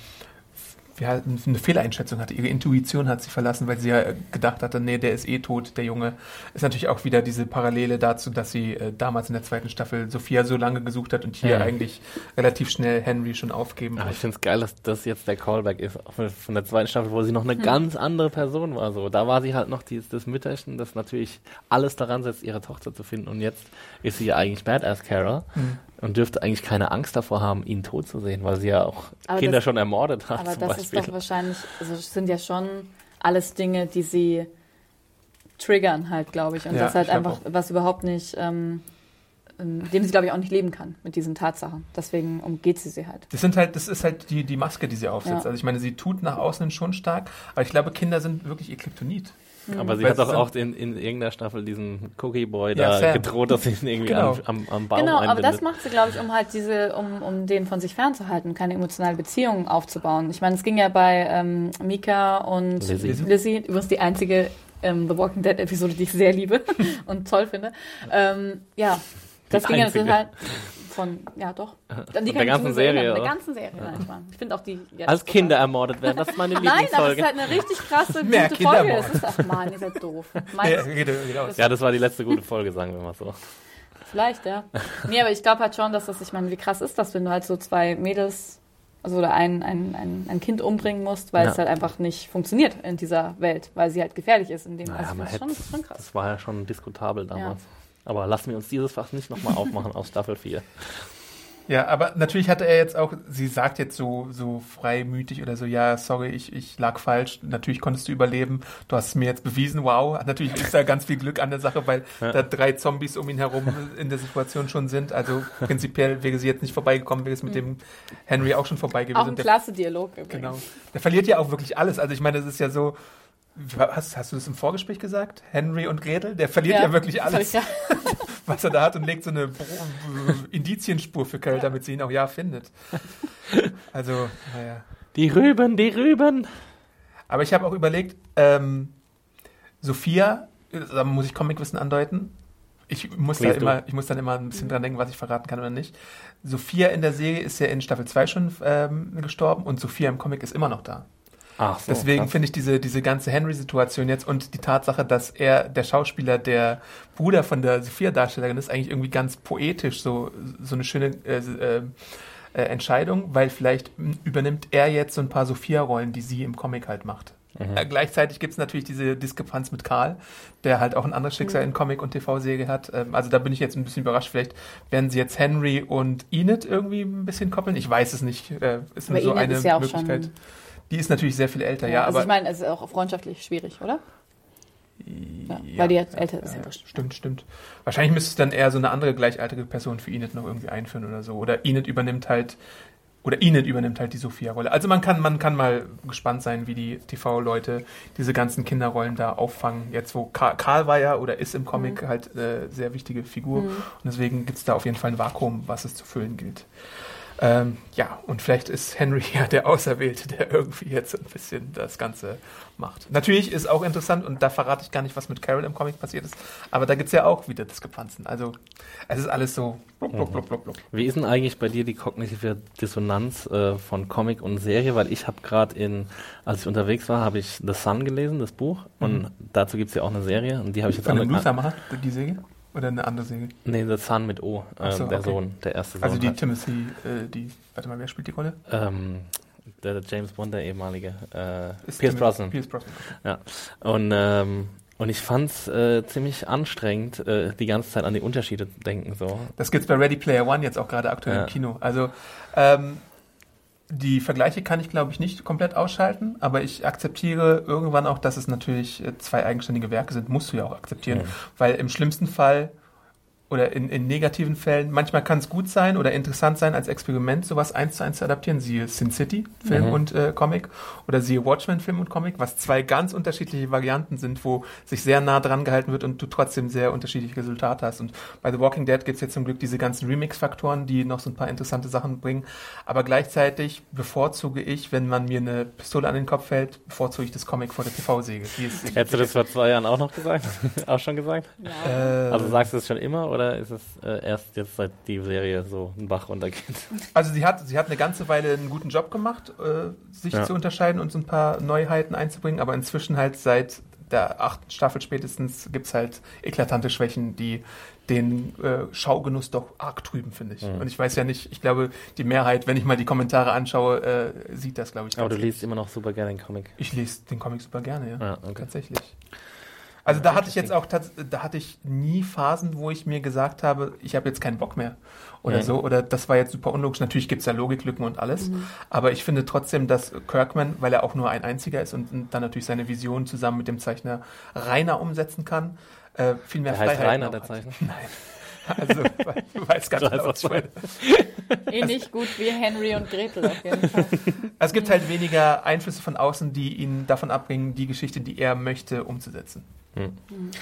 S2: ja, eine Fehleinschätzung hatte. Ihre Intuition hat sie verlassen, weil sie ja gedacht hatte, nee, der ist eh tot, der Junge. Ist natürlich auch wieder diese Parallele dazu, dass sie äh, damals in der zweiten Staffel Sophia so lange gesucht hat und hier
S4: Mhm.
S2: eigentlich relativ schnell Henry schon aufgeben
S4: Aber ich
S2: muss.
S4: finde es geil, dass das jetzt der Callback ist auch von- von der zweiten Staffel, wo sie noch eine
S3: Hm.
S4: ganz andere Person war. So, da war sie halt noch dieses, das Mütterchen, das natürlich alles daran setzt, ihre Tochter zu finden. Und jetzt ist sie ja eigentlich Badass Carol
S2: Mhm.
S4: und dürfte eigentlich keine Angst davor haben, ihn tot zu sehen, weil sie ja auch
S3: Aber
S4: Kinder
S3: das-
S4: schon ermordet hat.
S3: Aber
S4: zum
S3: das
S4: Beispiel.
S3: ist doch wahrscheinlich, also es sind ja schon alles Dinge, die sie triggern halt, glaube ich. Und
S2: Ja,
S3: das halt
S2: ich glaub
S3: einfach, was überhaupt nicht, ähm, ähm, dem sie, glaube ich, auch nicht leben kann mit diesen Tatsachen. Deswegen umgeht sie sie halt.
S2: Das sind halt, das ist halt die, die Maske, die sie aufsetzt.
S3: Ja.
S2: Also ich meine, sie tut nach außen schon stark, aber ich glaube, Kinder sind wirklich ihr Kryptonit.
S4: Aber sie
S2: Weil
S4: hat doch
S2: sie
S4: auch in, in irgendeiner Staffel diesen Cookie Boy
S2: Ja,
S4: da
S2: Sam.
S4: gedroht, dass sie ihn irgendwie
S2: Genau.
S4: am, am, am Baum
S3: Genau, aber
S4: einbindet.
S3: das macht sie, glaube ich, um halt diese, um, um den von sich fernzuhalten, keine emotionale Beziehung aufzubauen. Ich meine, es ging ja bei ähm, Mika und
S4: Lizzie.
S3: Lizzie, übrigens die einzige ähm, The Walking Dead Episode, die ich sehr liebe und toll finde. Ähm, ja, das ging ja das
S4: einzige.
S3: halt von, ja doch. Dann die
S4: der
S3: kann ich
S4: ganzen
S3: zumindest
S4: Serie,
S3: erinnern,
S4: oder?
S3: Der ganzen Serie, nein, ich, mein, ich finde auch die jetzt
S4: Als
S3: total-
S4: Kinder ermordet werden, das ist meine
S3: Nein, aber es
S4: Lieblingsfolge.
S3: ist halt eine richtig krasse,
S2: Mehr
S3: gute Folge.
S2: Kindermord.
S3: Es ist, ach man, ihr seid doof.
S2: Nee,
S3: Meins,
S2: rede, rede aus.
S4: Ja, das war die letzte gute Folge, sagen wir mal so.
S3: Vielleicht, ja. Nee, aber ich glaube halt schon, dass das, ich meine, wie krass ist das, wenn du halt so zwei Mädels, also oder ein, ein, ein, ein Kind umbringen musst, weil
S4: Ja.
S3: es halt einfach nicht funktioniert in dieser Welt, weil sie halt gefährlich ist in dem.
S4: Naja,
S3: Also
S4: man
S3: das, ist schon,
S4: hätte-
S3: das ist schon krass.
S4: Das war ja schon diskutabel damals. Aber lassen wir uns dieses Fach nicht nochmal aufmachen aus Staffel vier.
S2: Ja, aber natürlich hatte er jetzt auch, sie sagt jetzt so, so freimütig oder so, ja, sorry, ich, ich lag falsch, natürlich konntest du überleben, du hast es mir jetzt bewiesen, wow, natürlich ist da ganz viel Glück an der Sache, weil
S4: Ja.
S2: da drei Zombies um ihn herum in der Situation schon sind, also prinzipiell wäre sie jetzt nicht vorbeigekommen, wäre es mit dem Henry auch schon vorbei gewesen.
S3: Auch ein
S2: Der-
S3: klasse Dialog übrigens.
S2: Genau. Der verliert ja auch wirklich alles, also ich meine, das ist ja so, hast, hast du das im Vorgespräch gesagt? Henry und Gretel, der verliert ja, wirklich
S3: das
S2: alles,
S3: hab ich
S2: was er da hat und legt so eine Bro- Indizienspur für Carol, damit sie ihn auch ja findet. Also, naja.
S4: Die Rüben, die Rüben.
S2: Aber ich habe auch überlegt, ähm, Sophia, da muss ich Comicwissen andeuten. Ich muss, da
S4: Please do.
S2: immer, ich muss dann immer ein bisschen dran denken, was ich verraten kann oder nicht. Sophia in der Serie ist ja in Staffel zwei schon ähm, gestorben und Sophia im Comic ist immer noch da.
S4: Ach so,
S2: Deswegen
S4: krass.
S2: finde ich diese, diese ganze Henry-Situation jetzt und die Tatsache, dass er, der Schauspieler, der Bruder von der Sophia-Darstellerin ist, eigentlich irgendwie ganz poetisch, so, so eine schöne äh, äh, äh, Entscheidung, weil vielleicht m, übernimmt er jetzt so ein paar Sophia-Rollen, die sie im Comic halt macht.
S4: Mhm.
S2: Äh, gleichzeitig gibt es natürlich diese Diskrepanz mit Karl, der halt auch ein anderes Schicksal in Comic- und T V-Serie hat. Ähm, also da bin ich jetzt ein bisschen überrascht. Vielleicht werden sie jetzt Henry und Enid irgendwie ein bisschen koppeln. Ich weiß es nicht. Äh, ist nur
S3: Aber
S2: so
S3: Enid
S2: eine
S3: ist ja auch
S2: Möglichkeit.
S3: schon-
S2: Die ist natürlich sehr viel älter, ja,
S3: also
S2: aber
S3: ich meine, es ist auch freundschaftlich schwierig, oder? Ja,
S2: ja,
S3: weil die jetzt älter ist, ja wurscht.
S2: Stimmt, stimmt. Wahrscheinlich müsste es dann eher so eine andere gleichaltrige Person für Enid noch irgendwie einführen oder so. Oder Enid übernimmt halt, oder Enid übernimmt halt die Sophia-Rolle. Also man kann, man kann mal gespannt sein, wie die T V-Leute diese ganzen Kinderrollen da auffangen. Jetzt, wo Karl, Karl war ja oder ist im Comic
S3: Mhm.
S2: halt äh, sehr wichtige Figur.
S3: Mhm.
S2: Und deswegen gibt es da auf jeden Fall ein Vakuum, was es zu füllen gilt. Ähm, ja, und vielleicht ist Henry ja der Auserwählte, der irgendwie jetzt ein bisschen das Ganze macht. Natürlich ist auch interessant, und da verrate ich gar nicht, was mit Carol im Comic passiert ist, aber da gibt es ja auch wieder Diskrepanzen. Also es ist alles so blub, blub, blub, blub, blub.
S4: Wie ist denn eigentlich bei dir die kognitive Dissonanz äh, von Comic und Serie? Weil ich habe gerade in, als ich unterwegs war, habe ich The Sun gelesen, das Buch. Und
S2: Mhm.
S4: dazu gibt es ja auch eine Serie. Und die habe ich jetzt
S2: Von dem
S4: ange-
S2: Luther macht die Serie? Oder eine andere Serie?
S4: Nee, The Sun mit O, äh,
S2: Ach so,
S4: der
S2: okay.
S4: Sohn, der erste Sohn.
S2: Also die
S4: halt.
S2: Timothy, äh, die, warte mal, wer spielt die Rolle?
S4: ähm, der, der James Bond, der ehemalige. Äh,
S2: Ist
S4: Pierce
S2: Timothy-
S4: Brosnan.
S2: Pierce Brosnan.
S4: Ja. Und, ähm, Und ich fand's äh, ziemlich anstrengend, äh, die ganze Zeit an die Unterschiede zu denken. So.
S2: Das gibt's bei Ready Player One jetzt auch gerade aktuell
S4: Ja.
S2: im Kino. Also ähm, die Vergleiche kann ich, glaube ich, nicht komplett ausschalten, aber ich akzeptiere irgendwann auch, dass es natürlich äh, zwei eigenständige Werke sind, musst du ja auch akzeptieren,
S4: Mhm.
S2: weil im schlimmsten Fall oder in, in negativen Fällen, manchmal kann es gut sein oder interessant sein, als Experiment sowas eins zu eins zu adaptieren, siehe Sin City, Film
S4: Mhm.
S2: und äh, Comic, oder siehe Watchmen, Film und Comic, was zwei ganz unterschiedliche Varianten sind, wo sich sehr nah dran gehalten wird und du trotzdem sehr unterschiedliche Resultate hast. Und bei The Walking Dead gibt es jetzt zum Glück diese ganzen Remix-Faktoren, die noch so ein paar interessante Sachen bringen, aber gleichzeitig bevorzuge ich, wenn man mir eine Pistole an den Kopf hält, bevorzuge ich das Comic vor der T V-Säge. Die ist-
S4: Hättest du das vor zwei Jahren auch noch gesagt? auch schon gesagt?
S3: Ja.
S2: Äh,
S4: Also sagst du es schon immer oder ist es äh, erst jetzt, seit die Serie so einen Bach runtergeht?
S2: Also sie hat, sie hat eine ganze Weile einen guten Job gemacht, äh, sich
S4: Ja.
S2: zu unterscheiden und so ein paar Neuheiten einzubringen, aber inzwischen halt seit der achten Staffel spätestens gibt's halt eklatante Schwächen, die den äh, Schaugenuss doch arg trüben, finde ich.
S4: Mhm.
S2: Und ich weiß ja nicht, ich glaube, die Mehrheit, wenn ich mal die Kommentare anschaue, äh, sieht das, glaube ich.
S4: Aber du
S2: ganz-
S4: liest immer noch super gerne den Comic.
S2: Ich lese den Comic super gerne, ja.
S4: Ja, okay.
S2: Tatsächlich. Also da hatte ich jetzt auch, tats- da hatte ich nie Phasen, wo ich mir gesagt habe, ich habe jetzt keinen Bock mehr oder
S4: Ja.
S2: so, oder das war jetzt super unlogisch. Natürlich gibt's da Logiklücken und alles, aber ich finde trotzdem, dass Kirkman, weil er auch nur ein einziger ist und, und dann natürlich seine Vision zusammen mit dem Zeichner Rainer umsetzen kann, äh, viel mehr
S4: Der heißt
S2: Freiheit
S4: Rainer,
S2: auch
S4: der
S2: hat.
S4: Zeichner?
S2: Nein. Also, du weißt ganz
S4: So
S2: genau,
S4: heißt
S2: was ich
S4: das.
S2: meine.
S3: Ähnlich gut wie Henry und Gretel auf jeden Fall.
S2: Es gibt halt weniger Einflüsse von außen, die ihn davon abbringen, die Geschichte, die er möchte, umzusetzen.
S4: Hm.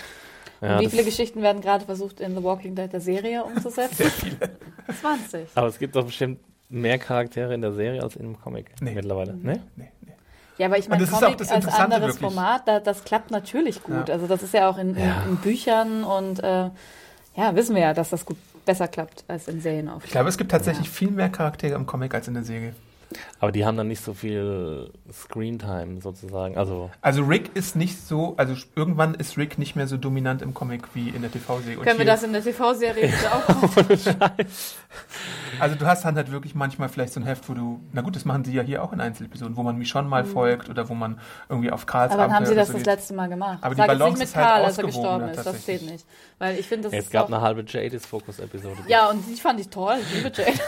S3: Und
S4: Ja,
S3: wie
S4: das-
S3: viele Geschichten werden gerade versucht, in The Walking Dead der Serie umzusetzen?
S2: Sehr viele.
S3: zwanzig.
S4: aber es gibt doch bestimmt mehr Charaktere in der Serie als in dem Comic
S2: Nee.
S4: mittlerweile. Nee?
S2: Nee, nee.
S3: Ja, aber ich meine,
S2: Und das ist auch
S3: Comic
S2: das
S3: als
S2: Interessante
S3: anderes
S2: wirklich.
S3: Format, da, das klappt natürlich gut.
S2: Ja.
S3: Also das ist ja auch in, in,
S4: Ja.
S3: in Büchern und äh, ja, wissen wir ja, dass das gut besser klappt als in Serien auf.
S2: Ich glaube, es gibt tatsächlich viel mehr Charaktere im Comic als in der Serie.
S4: Aber die haben dann nicht so viel Screentime sozusagen. Also
S2: Also Rick ist nicht so, also irgendwann ist Rick nicht mehr so dominant im Comic wie in der T V-Serie. Und
S3: Können wir
S2: hier-
S3: das in der T V-Serie bitte auch machen?
S2: Also du hast dann halt wirklich manchmal vielleicht so ein Heft, wo du, na gut, das machen sie ja hier auch in Einzelepisoden, wo man Michonne mal folgt oder wo man irgendwie auf Karls
S3: Aber dann haben sie
S2: Abenteuer
S3: das
S2: oder
S3: das
S2: so
S3: letzte Mal gemacht.
S2: Aber die
S3: Sag jetzt
S2: Balance
S3: nicht mit
S2: ist halt
S3: Karl, als er
S2: ausgewogener
S3: gestorben ist. Das
S2: tatsächlich.
S3: zählt nicht. Weil ich finde, das
S4: es
S3: ist
S4: gab
S3: doch,
S4: eine halbe Jadis-Fokus-Episode.
S3: ja, und die fand ich toll. Ich liebe Jade.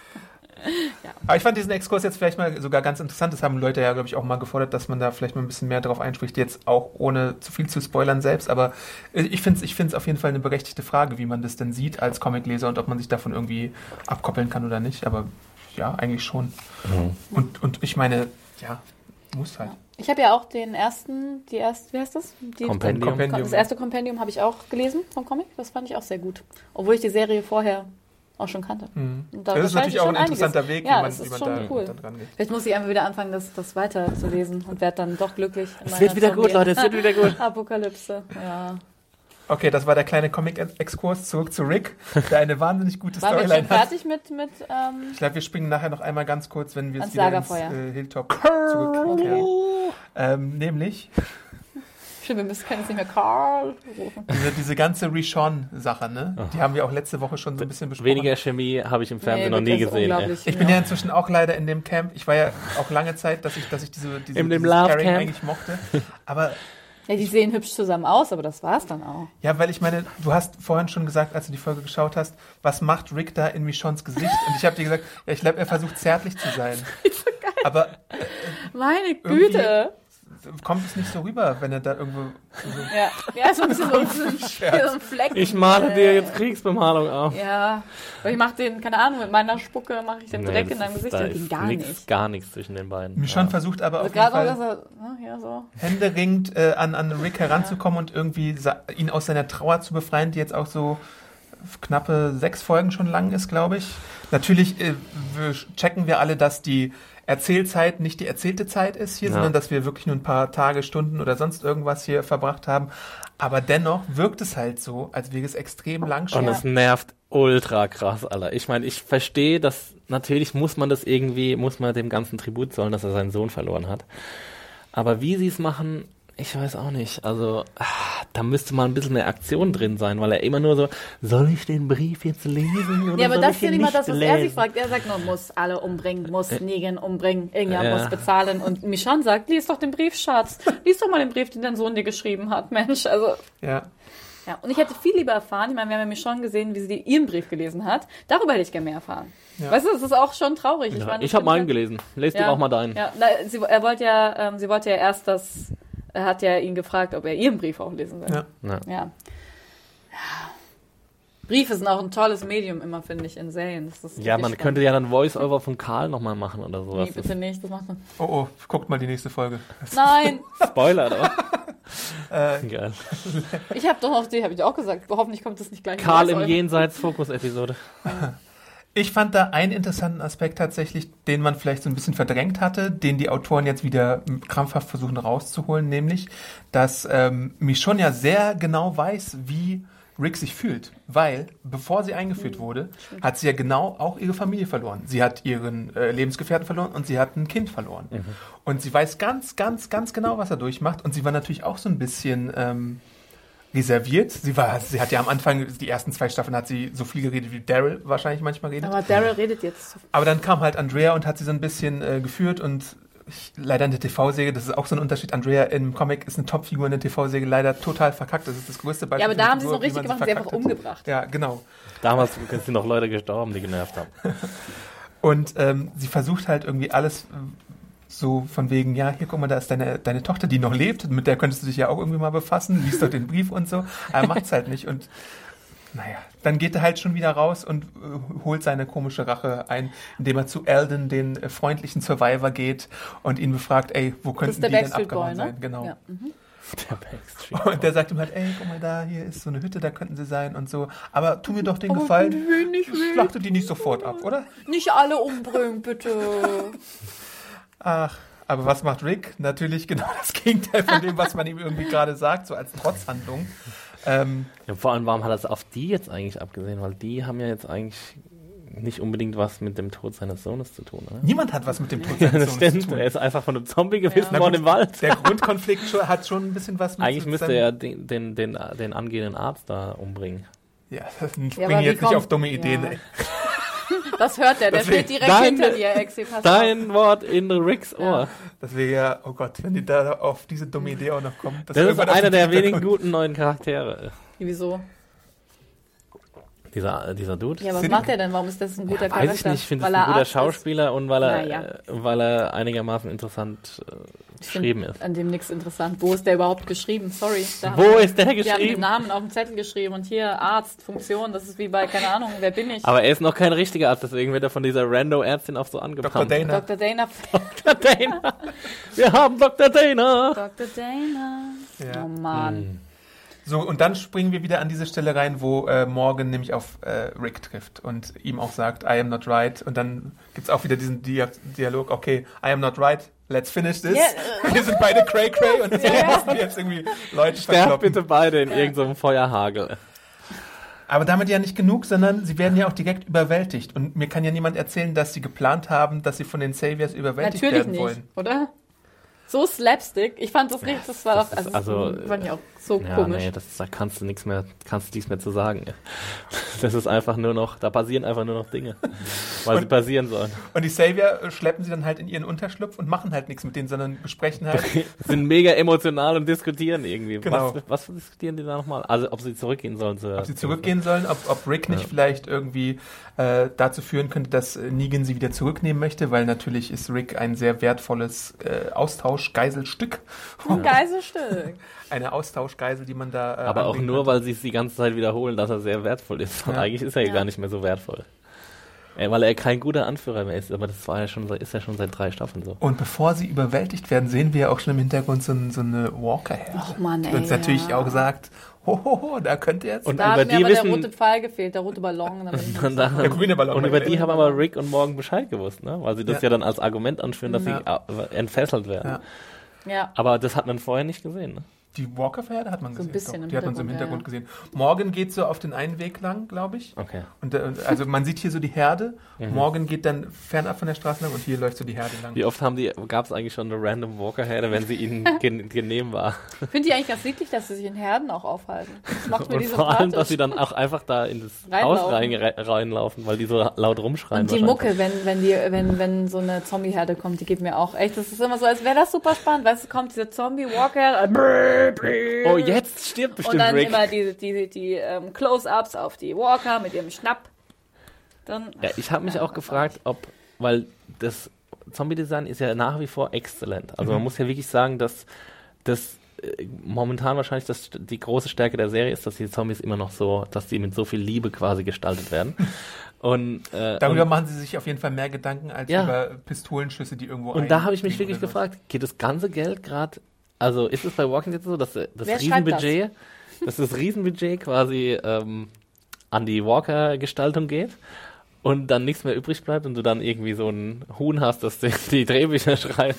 S2: Aber ich fand diesen Exkurs jetzt vielleicht mal sogar ganz interessant. Das haben Leute ja, glaube ich, auch mal gefordert, dass man da vielleicht mal ein bisschen mehr drauf einspricht. Jetzt auch ohne zu viel zu spoilern selbst. Aber ich finde es ich find's auf jeden Fall eine berechtigte Frage, wie man das denn sieht als Comicleser und ob man sich davon irgendwie abkoppeln kann oder nicht. Aber ja, eigentlich schon.
S4: Mhm.
S2: Und, und ich meine, ja, muss halt.
S3: Ich habe ja auch den ersten, die erste, wie heißt das? Die,
S4: Kompendium.
S2: Kompendium.
S3: Das erste Kompendium habe ich auch gelesen vom Comic. Das fand ich auch sehr gut. Obwohl ich die Serie vorher auch schon kannte.
S2: Mhm.
S3: Und da
S2: Das ist
S3: weiß
S2: natürlich
S3: ich
S2: auch
S3: schon
S2: ein interessanter
S3: einiges.
S2: Weg,
S3: Ja,
S2: wie man,
S3: es ist
S2: wie man
S3: schon
S2: da,
S3: cool.
S2: da dran geht.
S3: Vielleicht muss ich einfach wieder anfangen, das, das weiter zu lesen und werde dann doch glücklich. in
S4: Es
S3: meiner
S4: wird wieder gut,
S3: Zombie-
S4: Leute, es wird wieder gut.
S3: Apokalypse, ja.
S2: Okay, das war der kleine Comic-Exkurs. Zurück zu Rick, der eine wahnsinnig gute
S3: Waren wir schon
S2: Storyline hat.
S3: fertig mit, mit ähm,
S2: Ich glaube, wir springen nachher noch einmal ganz kurz, wenn wir es
S3: Ans
S2: wieder ins
S3: Lagerfeuer.
S2: äh, Hilltop zurückkehren. Ähm, nämlich
S3: Stimmt, wir müssen können jetzt nicht mehr Carl rufen.
S2: diese, diese ganze Rishon-Sache, ne? Die haben wir auch letzte Woche schon so ein bisschen besprochen.
S4: Weniger Chemie habe ich im Fernsehen noch nie
S3: wirklich, das ist
S4: gesehen. Ey.
S3: unglaublich,
S2: Ich bin ja inzwischen auch leider in dem Camp. Ich war ja auch lange Zeit, dass ich, dass ich diese, diese
S4: In dem
S2: dieses
S4: Love
S2: Pairing
S4: Camp.
S2: eigentlich mochte. Aber
S3: Ja, die sehen hübsch zusammen aus, aber das war's dann auch.
S2: ja, weil ich meine, du hast vorhin schon gesagt, als du die Folge geschaut hast, was macht Rick da in Michonnes Gesicht? Und ich habe dir gesagt, ja, ich glaube, er versucht zärtlich zu sein.
S3: So geil.
S2: Aber
S3: Meine
S2: Irgendwie-
S3: Güte.
S2: kommt es nicht so rüber, wenn er da irgendwo so
S3: Ja, ja so ein bisschen so, so, ein- so ein Fleck.
S4: Ich male dir jetzt Kriegsbemalung auf.
S3: Ja, aber ich mache den, keine Ahnung, mit meiner Spucke mache ich den
S4: Nee,
S3: Dreck
S4: das
S3: in deinem
S4: ist-
S3: Gesicht.
S4: da
S3: Das ging
S4: ist
S3: gar
S4: nix,
S3: nicht.
S4: gar nichts zwischen den beiden.
S2: Michonne
S4: Ja.
S2: versucht aber
S3: Also
S2: auf jeden
S3: gerade noch,
S2: Fall
S3: dass er, ne, ja, so.
S2: händeringend äh, an, an Rick heranzukommen und irgendwie sa- ihn aus seiner Trauer zu befreien, die jetzt auch so knappe sechs Folgen schon lang ist, glaube ich. Natürlich äh, wir checken wir alle, dass die Erzählzeit nicht die erzählte Zeit ist hier,
S4: Ja.
S2: sondern dass wir wirklich nur ein paar Tage, Stunden oder sonst irgendwas hier verbracht haben. Aber dennoch wirkt es halt so, als wäre es extrem lang
S4: Und
S2: schon.
S4: es nervt ultra krass, Alter. Ich meine, ich verstehe, dass natürlich muss man das irgendwie, muss man dem ganzen Tribut zollen, dass er seinen Sohn verloren hat. Aber wie sie es machen, Ich weiß auch nicht. Also, ah, da müsste mal ein bisschen mehr Aktion drin sein, weil er immer nur so, soll ich den Brief jetzt lesen? Oder
S3: ja, aber
S4: soll
S3: das
S4: ich
S3: ist ja
S4: ihn
S3: nicht mal
S4: nicht
S3: das, was
S4: lesen?
S3: er sich fragt. Er sagt nur, muss alle umbringen, muss
S4: Äh,
S3: Negan umbringen, irgendjemand
S4: ja.
S3: muss bezahlen. Und Michonne sagt, lies doch den Brief, Schatz. Lies doch mal den Brief, den dein Sohn dir geschrieben hat, Mensch. Also,
S2: Ja.
S3: ja. Und ich hätte viel lieber erfahren, ich meine, wir haben ja Michonne gesehen, wie sie die, ihren Brief gelesen hat. Darüber hätte ich gerne mehr erfahren.
S2: Ja.
S3: Weißt du, das ist auch schon traurig.
S4: Ja,
S3: meine,
S4: ich
S3: das
S4: habe meinen
S3: stimmt
S4: gelesen. Lest
S3: ja.
S4: du auch mal deinen.
S3: Ja, na, sie, er wollte ja, ähm, sie wollte ja erst das, er hat ja ihn gefragt, ob er ihren Brief auch lesen will.
S2: Ja.
S4: Ja.
S3: Ja. Briefe sind auch ein tolles Medium immer, finde ich, in Serien. Das ist
S4: Ja,
S3: wirklich
S4: man
S3: spannend.
S4: könnte ja dann Voice-Over von Karl nochmal machen oder sowas.
S3: Nee, bitte nicht, das macht man.
S2: Oh, oh, guckt mal die nächste Folge.
S3: Nein,
S4: Spoiler, oder?
S2: Äh,
S4: Geil.
S3: ich habe doch noch die, habe ich auch gesagt. Hoffentlich kommt das nicht gleich. in
S4: Karl
S3: die
S4: im
S3: Folge.
S4: Jenseits-Fokus-Episode.
S2: Ich fand da einen interessanten Aspekt tatsächlich, den man vielleicht so ein bisschen verdrängt hatte, den die Autoren jetzt wieder krampfhaft versuchen rauszuholen, nämlich, dass ähm, Michonne ja sehr genau weiß, wie Rick sich fühlt, weil bevor sie eingeführt wurde, hat sie ja genau auch ihre Familie verloren. Sie hat ihren äh, Lebensgefährten verloren und sie hat ein Kind verloren. Mhm. Und sie weiß ganz, ganz, ganz genau, was er durchmacht. Und sie war natürlich auch so ein bisschen ähm, reserviert. Sie war, sie hat ja am Anfang, die ersten zwei Staffeln hat sie so viel geredet, wie Daryl wahrscheinlich manchmal redet.
S3: Aber Daryl redet jetzt zu viel.
S2: Aber dann kam halt Andrea und hat sie so ein bisschen äh, geführt und ich, leider in der T V-Serie, das ist auch so ein Unterschied. Andrea im Comic ist eine Top-Figur, in der T V-Serie leider total verkackt. Das ist das größte Beispiel.
S3: Ja, aber
S2: für
S3: da
S2: eine
S3: haben sie es
S2: Figur,
S3: noch richtig
S2: wie man
S3: gemacht, sie einfach
S2: verkackt hat.
S3: umgebracht.
S2: Ja, genau.
S4: Damals sind noch Leute gestorben, die genervt haben.
S2: Und ähm, sie versucht halt irgendwie alles äh, so von wegen, ja, hier guck mal, da ist deine, deine Tochter, die noch lebt, mit der könntest du dich ja auch irgendwie mal befassen, liest doch den Brief und so. Aber er macht's halt nicht und naja, dann geht er halt schon wieder raus und äh, holt seine komische Rache ein, indem er zu Alden, den äh, freundlichen Survivor, geht und ihn befragt, ey, wo
S3: Das
S2: könnten
S3: ist der
S2: die denn
S3: Backstreet Boy,
S2: abgehauen
S3: ne?
S2: sein? Genau.
S3: Ja. Mhm.
S4: Der Backstreet.
S2: Und der sagt ihm halt, ey, guck mal da, hier ist so eine Hütte, da könnten sie sein und so. Aber tu mir doch den
S3: Aber
S2: Gefallen,
S3: nee, nicht will.
S2: schlachte die nicht sofort ab, oder?
S3: Nicht alle umbringen, bitte.
S2: Ach, aber was macht Rick? Natürlich genau das Gegenteil von dem, was man ihm irgendwie gerade sagt, so als Trotzhandlung. Ähm,
S4: Ja, vor allem, warum hat er es auf die jetzt eigentlich abgesehen? Weil die haben ja jetzt eigentlich nicht unbedingt was mit dem Tod seines Sohnes zu tun, oder?
S2: niemand hat was mit dem Tod
S4: Ja,
S2: seines
S4: das
S2: Sohnes
S4: stimmt.
S2: zu tun.
S4: Er ist einfach von einem Zombie gebissen
S2: Na
S4: worden
S2: gut,
S4: im Wald.
S2: Der Grundkonflikt schon, hat schon ein bisschen was mit
S4: Eigentlich
S2: mit
S4: müsste
S2: seinem-
S4: er den, den, den, den angehenden Arzt da umbringen.
S2: Ja, das bringt
S3: Ja, aber wie
S2: jetzt nicht
S3: kommt-
S2: auf dumme Ideen.
S3: Ja.
S2: Ey.
S3: Das hört er, der
S2: Deswegen-
S3: steht direkt
S4: Dein-
S3: hinter dir, Exi. Pass auf.
S4: Dein Wort in Ricks Ohr.
S2: Das wäre ja, oh Gott, wenn die da auf diese dumme Idee auch noch kommen.
S4: Das ist
S2: irgendwann auf
S4: einer
S2: den
S4: der
S2: Hintergrund-
S4: wenigen guten neuen Charaktere.
S3: Wieso?
S4: Dieser, dieser Dude.
S3: Ja, was
S2: Sind-
S3: macht er denn? Warum ist das ein guter Charakter?
S4: Weiß ich nicht, ich finde es
S3: Weil
S4: ein
S3: er
S4: guter
S3: Arzt ist?
S4: Schauspieler und weil er,
S3: Naja.
S4: äh, weil er einigermaßen interessant äh,
S3: Ich
S4: geschrieben
S3: find
S4: ist.
S3: An dem nichts interessant. Wo ist der überhaupt geschrieben? Sorry. Da
S4: Wo
S3: haben-
S4: ist der
S3: Die haben den
S4: geschrieben?
S3: Namen auf dem Zettel geschrieben und hier Arzt, Funktion, das ist wie bei, keine Ahnung, wer bin ich?
S4: Aber er ist noch kein richtiger Arzt, deswegen wird er von dieser Rando-Ärztin auch so
S2: Doktor
S4: angepannt.
S2: Dana.
S3: Doktor Dana.
S4: Doktor Dana. Wir haben Doktor Dana.
S3: Doktor Dana.
S2: Ja.
S3: Oh Mann.
S4: Hm.
S2: So, und dann springen wir wieder an diese Stelle rein, wo äh, Morgan nämlich auf äh, Rick trifft und ihm auch sagt, I am not right. Und dann gibt's auch wieder diesen Dia- Dialog, okay, I am not right, let's finish this.
S3: Ja,
S2: Wir sind beide cray cray und deswegen
S3: Ja.
S2: müssen wir jetzt irgendwie Leute
S4: Sterbt
S2: verkloppen.
S4: bitte beide in irgendeinem Feuerhagel.
S2: Aber damit ja nicht genug, sondern sie werden ja auch direkt überwältigt. Und mir kann ja niemand erzählen, dass sie geplant haben, dass sie von den Saviors überwältigt
S3: Natürlich
S2: werden
S3: nicht,
S2: wollen.
S3: oder? So Slapstick. Ich fand das nicht, das war
S4: das
S3: doch,
S4: ist
S3: also,
S4: also,
S3: das fand ich auch so
S4: Ja,
S3: komisch.
S4: nee, das, da kannst du nichts mehr, kannst du nichts mehr zu sagen. Das ist einfach nur noch, da passieren einfach nur noch Dinge, weil sie
S2: Und-
S4: passieren sollen.
S2: Und die Savior äh, schleppen sie dann halt in ihren Unterschlupf und machen halt nichts mit denen, sondern besprechen halt.
S4: Sind mega emotional und diskutieren irgendwie.
S2: Genau.
S4: Was, was diskutieren die da nochmal? Also, ob sie zurückgehen sollen zu.
S2: Ob sie zurückgehen sollen, ob, ob Rick nicht vielleicht irgendwie äh, dazu führen könnte, dass äh, Negan sie wieder zurücknehmen möchte, weil natürlich ist Rick ein sehr wertvolles äh, Austauschgeiselstück.
S3: Ein geiles Stück.
S2: Eine Austauschgeisel, die man da. Äh,
S4: Aber auch
S2: anbringen
S4: nur,
S2: könnte.
S4: weil sie es die ganze Zeit wiederholen, dass er sehr wertvoll ist. Und
S2: Ja.
S4: eigentlich ist er ja
S3: Ja.
S4: gar nicht mehr so wertvoll. Äh, weil er kein guter Anführer mehr ist, aber das war ja schon, ist ja schon seit drei Staffeln so.
S2: Und bevor sie überwältigt werden, sehen wir auch schon im Hintergrund so, ein, so eine Walker-Herde.
S3: Och Mann, ey.
S2: Die uns natürlich
S3: ja.
S2: auch sagt, ho, ho, ho, da könnte jetzt...
S4: Und
S3: Da
S4: über
S3: hat mir
S4: die
S3: aber
S4: wissen-
S3: der rote Pfeil gefehlt, der rote Ballon. damit ich
S4: Und, dann,
S2: Der grüne Ballon.
S4: und über die haben aber Rick und Morgan Bescheid gewusst, ne? Weil sie das
S2: Ja.
S4: ja, dann als Argument anführen, dass
S2: Ja.
S4: sie äh, entfesselt werden.
S2: Ja.
S3: ja.
S4: Aber das hat man vorher nicht gesehen. Ne?
S2: Die Walker-Fährte hat man
S3: So ein
S2: gesehen.
S3: bisschen
S2: Doch,
S3: im
S2: die hat man so im
S3: Hintergrund,
S2: Hintergrund gesehen. Morgan geht so auf den einen Weg lang, glaube ich.
S4: Okay.
S2: Und äh, also man sieht hier so die Herde.
S4: Mhm.
S2: Morgan geht dann fernab von der Straße lang und hier läuft so die Herde lang.
S4: Wie oft haben die, gab es eigentlich schon eine random Walker-Herde, wenn sie ihnen gen, genehm war?
S3: Ich finde die eigentlich ganz niedlich, dass sie sich in Herden auch aufhalten. Das macht mir
S4: Und
S3: die
S4: vor allem, dass
S3: sympathisch.
S4: sie dann auch einfach da in das
S3: Reinlaufen.
S4: Haus rein, reinlaufen, weil die so laut rumschreien.
S3: Und die Mucke, wenn, wenn, die, wenn, wenn so eine Zombie-Herde kommt, die geht mir auch echt. Das ist immer so, als wäre das super spannend. Weißt du, kommt diese Zombie-Walker-Herde.
S4: Oh, jetzt stirbt bestimmt
S3: Und dann
S4: Rick.
S3: immer die, die, die ähm, Close-Ups auf die Walker mit ihrem Schnapp. Dann,
S4: Ja, ich habe mich auch gefragt, ob, weil das Zombie-Design ist ja nach wie vor exzellent. Also man muss ja wirklich sagen, dass das äh, momentan wahrscheinlich das, die große Stärke der Serie ist, dass die Zombies immer noch so, dass die mit so viel Liebe quasi gestaltet werden. Und, äh,
S2: Darüber
S4: und,
S2: machen sie sich auf jeden Fall mehr Gedanken als
S4: Ja.
S2: über Pistolenschüsse, die irgendwo
S4: und da habe ich mich
S2: einfliegen
S4: wirklich
S2: oder sowas.
S4: gefragt, geht das ganze Geld gerade, also ist es bei Walking Dead so, dass äh, das
S3: Wer schreibt
S4: Riesenbudget, dass das Riesenbudget quasi ähm, an die Walker-Gestaltung geht und dann nichts mehr übrig bleibt und du dann irgendwie so ein Huhn hast, das die, die Drehbücher schreibt.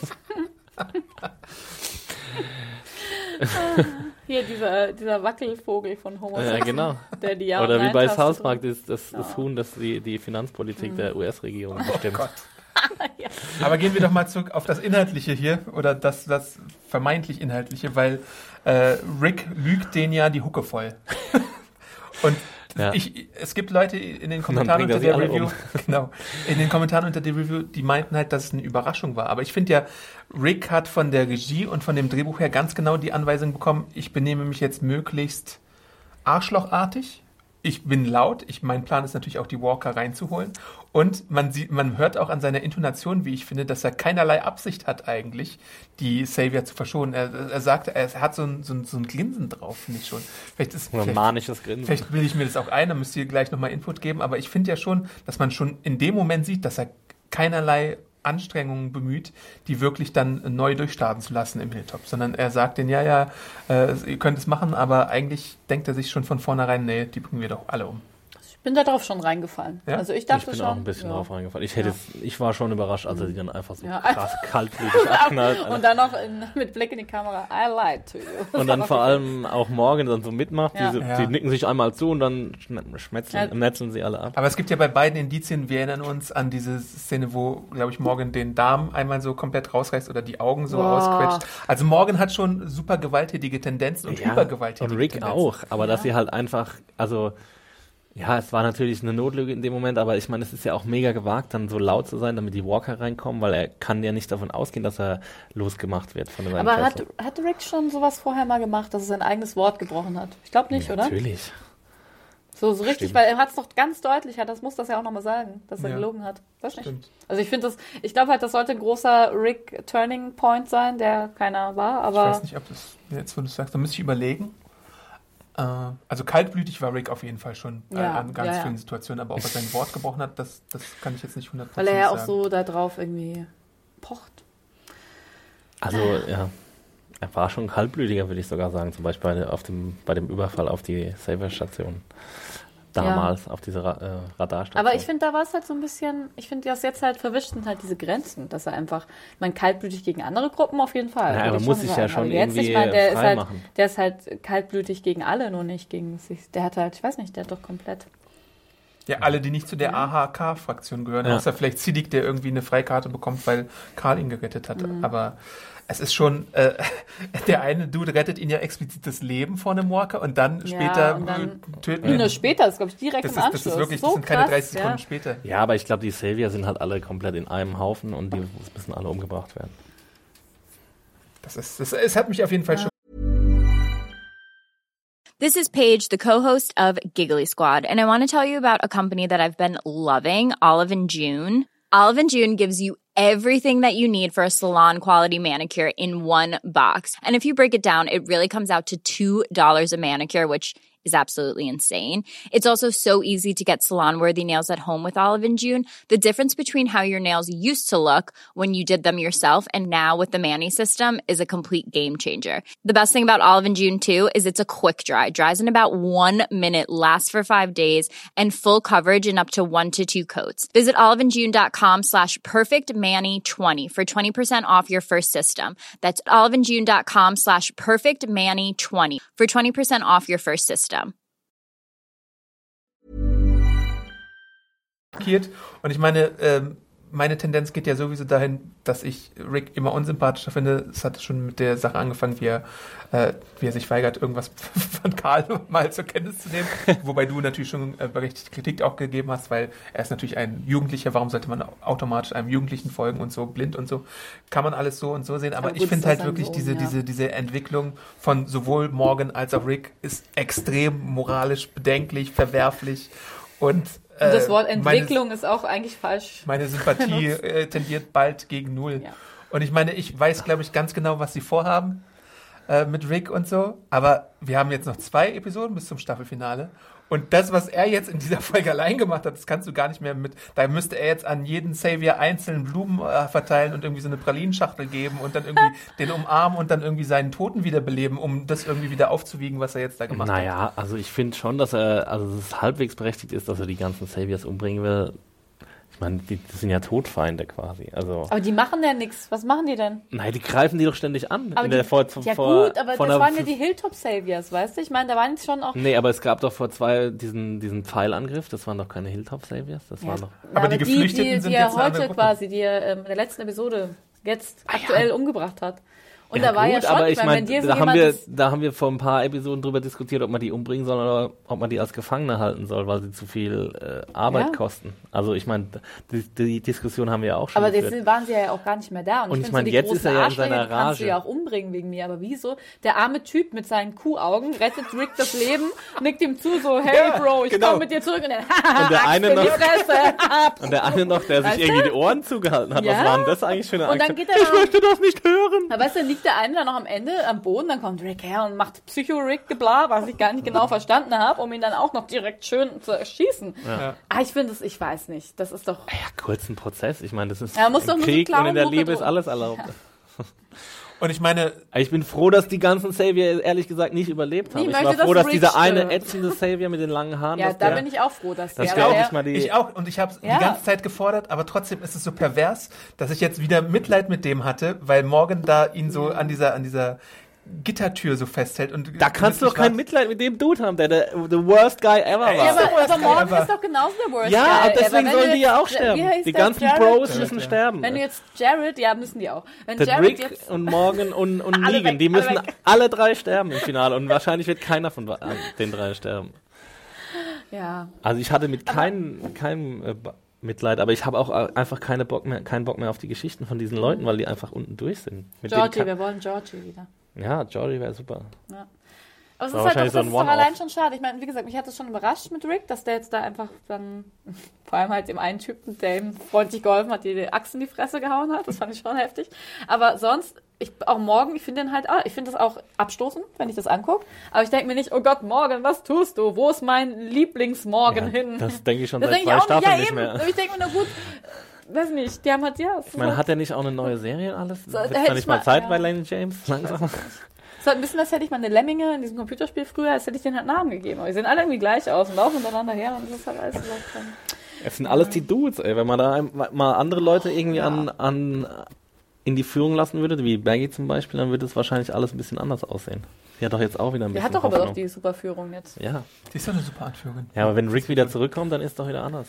S3: hier dieser, dieser Wackelvogel von Homo
S4: Ja, genau.
S3: der die ja
S4: Oder wie bei
S3: reintastet
S4: South
S3: und-
S4: Park, das, das, das
S3: Ja.
S4: Huhn, das die, die Finanzpolitik der U S-Regierung bestimmt.
S2: Gott.
S3: Ja.
S2: Aber gehen wir doch mal zurück auf das Inhaltliche hier oder das, das vermeintlich Inhaltliche, weil äh, Rick lügt denen ja die Hucke voll. Und
S4: Ja.
S2: ich, es gibt Leute in den
S4: dann
S2: Kommentaren
S4: bringt er
S2: unter
S4: sie
S2: der
S4: alle
S2: Review,
S4: um.
S2: genau, in den Kommentaren unter der Review, die meinten halt, dass es eine Überraschung war. Aber ich finde ja, Rick hat von der Regie und von dem Drehbuch her ganz genau die Anweisung bekommen, ich benehme mich jetzt möglichst arschlochartig. Ich bin laut. Ich, mein Plan ist natürlich auch, die Walker reinzuholen. Und man sieht, man hört auch an seiner Intonation, wie ich finde, dass er keinerlei Absicht hat eigentlich, die Savior zu verschonen. Er, er sagt, er hat so ein, so ein, so ein Grinsen drauf, finde ich schon. Vielleicht ist,
S4: Oder ein
S2: vielleicht,
S4: manisches Grinsen.
S2: vielleicht will ich mir das auch ein, dann müsst ihr gleich nochmal Input geben. Aber ich finde ja schon, dass man schon in dem Moment sieht, dass er keinerlei Anstrengungen bemüht, die wirklich dann neu durchstarten zu lassen im Hilltop, sondern er sagt denen, ja, ja, äh, ihr könnt es machen, aber eigentlich denkt er sich schon von vornherein, nee, die bringen wir doch alle um.
S3: Ich bin da drauf schon reingefallen.
S2: Ja?
S3: Also ich
S4: Ich
S3: dachte
S4: bin
S3: schon.
S4: auch ein bisschen
S3: ja.
S4: drauf reingefallen. Ich, hätte
S3: Ja.
S4: es, ich war schon überrascht, als er die dann einfach so
S3: Ja.
S4: krass kaltblütig abknallt.
S3: Und dann noch in, mit Blick in die Kamera, I lied to you.
S4: Und dann vor allem auch Morgan dann so mitmacht.
S3: Ja.
S4: Diese,
S2: Ja.
S4: Die nicken sich einmal zu und dann schn- schmetzeln,
S3: Ja.
S4: metzeln sie alle ab.
S2: Aber es gibt ja bei beiden Indizien, wir erinnern uns an diese Szene, wo, glaube ich, Morgan den Darm einmal so komplett rausreißt oder die Augen so
S3: Boah.
S2: ausquetscht. Also Morgan hat schon super gewalttätige Tendenzen und übergewalttätige
S4: und Rick
S2: Tendenzen.
S4: auch. Aber
S3: Ja.
S4: dass sie halt einfach, also ja, es war natürlich eine Notlüge in dem Moment, aber ich meine, es ist ja auch mega gewagt, dann so laut zu sein, damit die Walker reinkommen, weil er kann ja nicht davon ausgehen, dass er losgemacht wird von seinem
S3: Aber hat,
S4: Fessel.
S3: hat Rick schon sowas vorher mal gemacht, dass er sein eigenes Wort gebrochen hat? Ich glaube nicht,
S4: Ja,
S3: oder?
S4: Natürlich.
S3: So, so richtig,
S4: Stimmt.
S3: weil er hat es doch ganz deutlich, das muss das ja auch nochmal sagen, dass er
S2: Ja.
S3: gelogen hat. Weiß nicht.
S2: Stimmt.
S3: Also ich finde das, ich glaube halt, das sollte ein großer Rick-Turning Point sein, der keiner war,
S2: Ich
S3: aber
S2: weiß nicht, ob das, jetzt wo du es sagst, da müsste ich überlegen. Äh, also kaltblütig war Rick auf jeden Fall schon äh,
S3: Ja,
S2: an ganz
S3: ja, ja.
S2: vielen Situationen, aber ob er sein Wort gebrochen hat, das, das kann ich jetzt nicht
S3: weil
S2: hundertprozentig
S3: er ja auch
S2: sagen.
S3: so da drauf irgendwie pocht.
S4: Also, ja. Er war schon kaltblütiger, würde ich sogar sagen. Zum Beispiel bei, auf dem, bei dem Überfall auf die Saver-Station. Damals, auf diese Ra äh, Radarstation.
S3: Aber ich finde, da war es halt so ein bisschen, ich finde, das jetzt halt verwischt sind halt diese Grenzen, dass er einfach, man kaltblütig gegen andere Gruppen auf jeden Fall.
S4: Ja,
S3: würde
S4: aber
S3: ich
S4: muss sich ja
S3: sagen.
S4: schon
S3: Aber jetzt,
S4: irgendwie
S3: ich meine, der ist
S4: frei
S3: halt,
S4: machen.
S3: der ist halt kaltblütig gegen alle, nur nicht gegen sich. Der hat halt, ich weiß nicht, der hat doch komplett.
S2: Ja, alle, die nicht zu der A H K-Fraktion gehören,
S4: Ja.
S2: außer vielleicht Siddiq, der irgendwie eine Freikarte bekommt, weil Karl ihn gerettet hat.
S3: Mhm.
S2: Aber es ist schon, äh, der eine Dude rettet ihn ja explizit das Leben vor einem Walker und dann
S3: Ja,
S2: später
S3: und dann-
S2: töten
S3: Nur
S2: ihn.
S3: später, das ist, glaube ich, direkt
S2: Das
S3: im
S2: ist,
S3: Anschluss.
S2: das ist wirklich,
S3: so
S2: das sind keine
S3: krass,
S2: dreißig Sekunden
S3: ja.
S2: später.
S4: Ja, aber ich glaube, die Savior sind halt alle komplett in einem Haufen und die müssen alle umgebracht werden.
S2: Das ist, das, es hat mich auf jeden Fall schon.
S5: This is Paige, the co-host of Giggly Squad, and I want to tell you about a company that I've been loving, Olive and June. Olive and June gives you everything that you need for a salon-quality manicure in one box. And if you break it down, it really comes out to two dollars a manicure, which is absolutely insane. It's also so easy to get salon-worthy nails at home with Olive and June. The difference between how your nails used to look when you did them yourself and now with the Mani system is a complete game changer. The best thing about Olive and June, too, is it's a quick dry. Dries in about one minute, lasts for five days, and full coverage in up to one to two coats. Visit oliveandjune.com slash perfectmani20 for twenty percent off your first system. That's oliveandjune.com slash perfectmani20 for twenty percent off your first system.
S2: Und ich meine, ähm, meine Tendenz geht ja sowieso dahin, dass ich Rick immer unsympathischer finde. Es hat schon mit der Sache angefangen, wie er, äh, wie er sich weigert, irgendwas von Karl mal zur Kenntnis zu nehmen. Wobei du natürlich schon äh, berechtigte Kritik auch gegeben hast, weil er ist natürlich ein Jugendlicher. Warum sollte man automatisch einem Jugendlichen folgen und so blind und so? Kann man alles so und so sehen. Aber, Aber gut, ich finde halt wirklich Sohn, diese, ja. diese, diese Entwicklung von sowohl Morgan als auch Rick ist extrem moralisch bedenklich, verwerflich und
S3: Und das Wort Entwicklung meine, ist auch eigentlich falsch.
S2: Meine Sympathie äh, tendiert bald gegen null.
S3: Ja.
S2: Und ich meine, ich weiß, glaube ich, ganz genau, was sie vorhaben äh, mit Rick und so. Aber wir haben jetzt noch zwei Episoden bis zum Staffelfinale. Und das, was er jetzt in dieser Folge allein gemacht hat, das kannst du gar nicht mehr mit. Da müsste er jetzt an jeden Savior einzeln Blumen äh, verteilen und irgendwie so eine Pralinenschachtel geben und dann irgendwie den umarmen und dann irgendwie seinen Toten wiederbeleben, um das irgendwie wieder aufzuwiegen, was er jetzt da gemacht
S4: naja, hat.
S2: Naja,
S4: also ich finde schon, dass er, also dass es halbwegs berechtigt ist, dass er die ganzen Saviors umbringen will. Ich meine, die, das sind ja Todfeinde quasi. Also,
S3: aber die machen ja nichts. Was machen die denn?
S4: Nein, die greifen die doch ständig an.
S3: Aber
S4: in
S3: die,
S4: der vor,
S3: ja
S4: vor,
S3: gut, aber das waren ja die Hilltop-Saviors, weißt du? Ich meine, da waren jetzt schon auch...
S4: Nee, aber es gab doch vor zwei diesen, diesen Pfeilangriff. Das waren doch keine Hilltop-Saviors. Das
S3: ja.
S4: waren doch...
S2: Aber, aber die Geflüchteten
S3: die, die,
S2: sind
S3: die
S2: jetzt
S3: er heute quasi, die er ähm, in der letzten Episode jetzt
S4: ah,
S3: aktuell
S4: ja.
S3: umgebracht hat. Und
S4: ja,
S3: da war
S4: gut,
S3: ja schon,
S4: aber ich meine, da, haben wir,
S3: ist,
S4: da haben wir vor ein paar Episoden drüber diskutiert, ob man die umbringen soll oder ob man die als Gefangene halten soll, weil sie zu viel äh, Arbeit ja. kosten. Also ich meine, die, die Diskussion haben wir ja auch schon
S3: aber
S4: geführt.
S3: jetzt waren sie ja auch gar nicht mehr da. Und,
S4: und
S3: ich,
S4: ich meine,
S3: so
S4: jetzt ist er ja in seiner Rage.
S3: Kannst du ja auch umbringen wegen mir. Aber wieso? Der arme Typ mit seinen Kuhaugen rettet Rick das Leben, nickt ihm zu so, hey ja, Bro, ich genau. komme mit dir zurück. Und, dann,
S4: und der eine noch, und der eine noch, der sich irgendwie die Ohren zugehalten hat. Ja? Was war denn das eigentlich für eine
S3: und dann geht er
S4: Ich möchte das nicht hören.
S3: Aber weißt du, liegt der eine dann noch am Ende am Boden, dann kommt Rick her und macht Psycho-Rick-Gebla, was ich gar nicht genau verstanden habe, um ihn dann auch noch direkt schön zu erschießen. Ja. Ah, ich finde es, ich weiß nicht, das ist doch...
S4: Ja, kurz ein Prozess, ich meine, das ist
S3: ja, im
S4: Krieg und in der Liebe ist alles erlaubt. Ja.
S2: Und ich meine...
S4: Ich bin froh, dass die ganzen Savior ehrlich gesagt nicht überlebt haben. Ich, ich war froh, dass Rick dieser stirbt. eine ätzende Savior mit den langen Haaren...
S3: Ja, da
S4: der,
S3: bin ich auch froh, dass
S2: das
S3: der...
S2: Ich auch, ich, mal die, ich auch, und ich habe es ja. die ganze Zeit gefordert, aber trotzdem ist es so pervers, dass ich jetzt wieder Mitleid mit dem hatte, weil Morgan da ihn so an dieser... an dieser Gittertür so festhält. Und
S4: da kannst du doch kein Mitleid mit dem Dude haben, der der the worst guy ever war.
S3: Ja, aber, aber Morgan ist doch genauso der worst
S4: ja,
S3: guy
S4: Ja, und deswegen sollen die ja auch
S3: jetzt,
S4: sterben. Die ganzen
S3: Jared?
S4: Bros
S3: Jared,
S4: müssen
S3: ja.
S4: sterben.
S3: Wenn du jetzt Jared, ja, müssen die auch. Wenn
S4: der
S3: Jared
S4: Rick
S3: jetzt
S4: und Morgan und, und
S3: alle
S4: Negan,
S3: weg,
S4: die müssen
S3: alle,
S4: alle drei sterben im Finale und wahrscheinlich wird keiner von den drei sterben.
S3: Ja.
S4: Also ich hatte mit keinem keinem äh, Mitleid, aber ich habe auch einfach keine Bock mehr, keinen Bock mehr auf die Geschichten von diesen Leuten, weil die einfach unten durch sind. Mit
S3: Georgie, wir wollen Georgie wieder.
S4: Ja, Georgie wäre super.
S3: Ja. Aber es ist halt doch, das ist doch allein schon schade. Ich meine, wie gesagt, mich hat das schon überrascht mit Rick, dass der jetzt da einfach dann, vor allem halt dem einen Typen, der ihm freundlich geholfen hat, die Axt in die Fresse gehauen hat. Das fand ich schon heftig. Aber sonst, ich, auch Morgan, ich finde den halt, ich finde das auch abstoßend, wenn ich das angucke. Aber ich denke mir nicht, oh Gott, Morgan, was tust du? Wo ist mein Lieblings-Morgan
S4: ja,
S3: hin?
S4: Das denke ich schon
S3: das
S4: seit zwei Staffeln
S3: ja,
S4: nicht
S3: eben.
S4: mehr.
S3: Ich denke mir, na gut, weiß nicht, die haben halt, ja.
S4: Ich meine, hat er nicht auch eine neue Serie und alles?
S3: So,
S4: Wird da nicht mal Zeit ja. bei Lane James? Langsam.
S3: So ein bisschen, als hätte ich mal eine Lemminge in diesem Computerspiel früher, als hätte ich denen halt Namen gegeben. Aber die sehen alle irgendwie gleich aus und laufen untereinander her und das ist halt alles so.
S4: Es sind alles die Dudes, ey. Wenn man da mal andere Leute irgendwie ja. an, an in die Führung lassen würde, wie Baggy zum Beispiel, dann würde es wahrscheinlich alles ein bisschen anders aussehen. Die hat doch jetzt auch wieder ein bisschen
S3: Die hat doch Hoffnung. Aber auch die Superführung jetzt.
S4: Ja.
S2: Die ist doch eine super Anführerin.
S4: Ja, aber wenn Rick wieder zurückkommt, dann ist es doch wieder anders.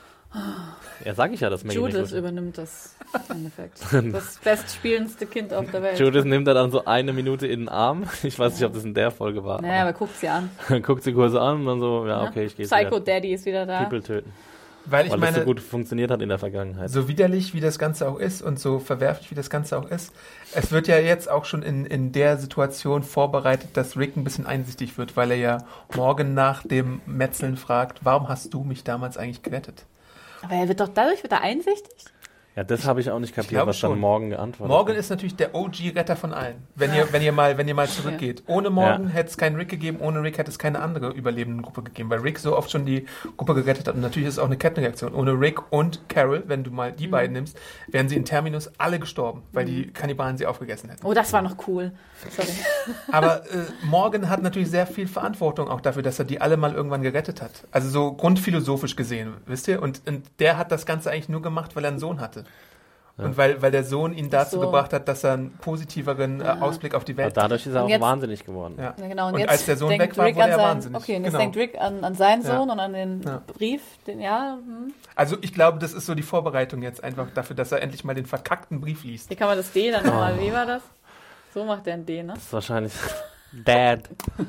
S4: Ja, sag ich ja, dass Maggie
S3: Judith übernimmt das im Endeffekt. Das bestspielendste Kind auf der Welt.
S4: Judith nimmt er dann so eine Minute in den Arm. Ich weiß nicht, ob das in der Folge war.
S3: Naja, aber guckt sie an.
S4: Guckt sie kurz an und dann so, ja, okay, ich gehe
S3: Psycho Daddy ist wieder da.
S4: People töten.
S2: Weil ich
S4: Weil
S2: meine,
S4: das so gut funktioniert hat in der Vergangenheit.
S2: So widerlich, wie das Ganze auch ist und so verwerflich, wie das Ganze auch ist, es wird ja jetzt auch schon in, in der Situation vorbereitet, dass Rick ein bisschen einsichtig wird, weil er ja Morgan nach dem Metzeln fragt, warum hast du mich damals eigentlich gerettet?
S3: Aber er wird doch dadurch wird er einsichtig?
S4: Ja, das habe ich auch nicht kapiert,
S2: glaube
S4: was dann
S2: schon.
S4: Morgan geantwortet
S2: Morgan
S4: hat.
S2: ist natürlich der O G-Retter von allen. Wenn ihr, wenn ihr mal, wenn ihr mal zurückgeht. Ohne Morgan
S4: Ja.
S2: hätte es keinen Rick gegeben, ohne Rick hätte es keine andere überlebende Gruppe gegeben, weil Rick so oft schon die Gruppe gerettet hat. Und natürlich ist es auch eine Kettenreaktion. Ohne Rick und Carol, wenn du mal die
S3: Mhm.
S2: beiden nimmst, wären sie in Terminus alle gestorben, weil die Kannibalen sie aufgegessen hätten.
S3: Oh, das war noch cool. Sorry.
S2: Aber äh, Morgan hat natürlich sehr viel Verantwortung auch dafür, dass er die alle mal irgendwann gerettet hat. Also so grundphilosophisch gesehen, wisst ihr? Und, und der hat das Ganze eigentlich nur gemacht, weil er einen Sohn hatte. Und weil, weil der Sohn ihn dazu
S3: so.
S2: gebracht hat, dass er einen positiveren äh, Ausblick auf die
S4: Aber
S2: Welt
S4: dadurch ist er
S3: Und
S4: auch
S3: jetzt-
S4: wahnsinnig geworden.
S2: Ja.
S3: Ja, genau. Und,
S2: Und
S3: jetzt
S2: als der Sohn
S3: denkt
S2: weg war,
S3: Rick
S2: wurde
S3: an
S2: er
S3: seinen,
S2: wahnsinnig.
S3: Okay, und jetzt
S2: Genau.
S3: denkt Rick an, an seinen
S2: Ja.
S3: Sohn und an den
S2: Ja.
S3: Brief, den, ja, hm.
S2: Also ich glaube, das ist so die Vorbereitung jetzt einfach dafür, dass er endlich mal den verkackten Brief liest.
S3: Wie kann man das D dann nochmal, wie war das? So macht der ein D, ne?
S4: Das ist wahrscheinlich Dad.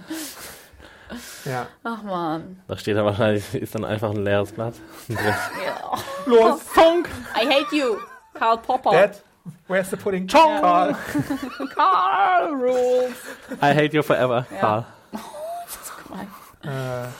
S2: Ja.
S3: Ach man.
S4: Da steht dann wahrscheinlich, ist dann einfach ein leeres Blatt.
S3: Ja.
S2: Los, Funk!
S3: I hate you, Karl Popper.
S2: Dad, where's the pudding? Karl.
S3: Karl rules.
S4: I hate you forever,
S3: Ja.
S4: Karl.
S2: Äh,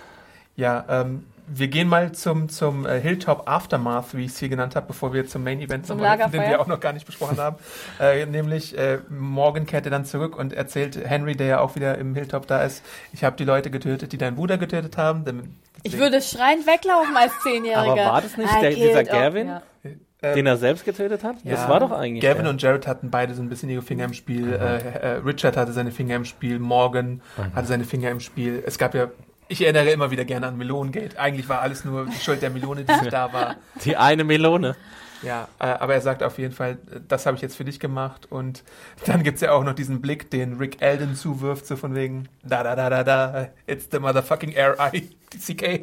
S2: ja, ähm, wir gehen mal zum, zum äh, Hilltop Aftermath, wie ich es hier genannt habe, bevor wir zum Main Event
S3: Zum
S2: nochmal hüpfen, den
S3: Lagerfeuer?
S2: wir auch noch gar nicht besprochen haben. Äh, nämlich äh, Morgan kehrte dann zurück und erzählt Henry, der ja auch wieder im Hilltop da ist, ich habe die Leute getötet, die deinen Bruder getötet haben. Damit-
S3: Ich würde schreiend weglaufen als Zehnjähriger.
S4: Aber war das nicht
S3: I
S4: der- dieser
S3: killed- oh,
S4: Gavin?
S3: Ja.
S2: äh,
S4: Den er selbst getötet hat? Das
S2: Ja.
S4: war doch eigentlich
S2: Gavin
S4: er.
S2: und Jared hatten beide so ein bisschen ihre Finger im Spiel. Äh, äh, Richard hatte seine Finger im Spiel. Morgan hatte seine Finger im Spiel. Es gab ja, ich erinnere immer wieder gerne an Melonengate. Eigentlich war alles nur die Schuld der Melone, die nicht da war.
S4: Die eine Melone.
S2: Ja, äh, aber er sagt auf jeden Fall, äh, das habe ich jetzt für dich gemacht. Und dann gibt's ja auch noch diesen Blick, den Rick Alden zuwirft, so von wegen, da da da da da, it's the motherfucking R I C K.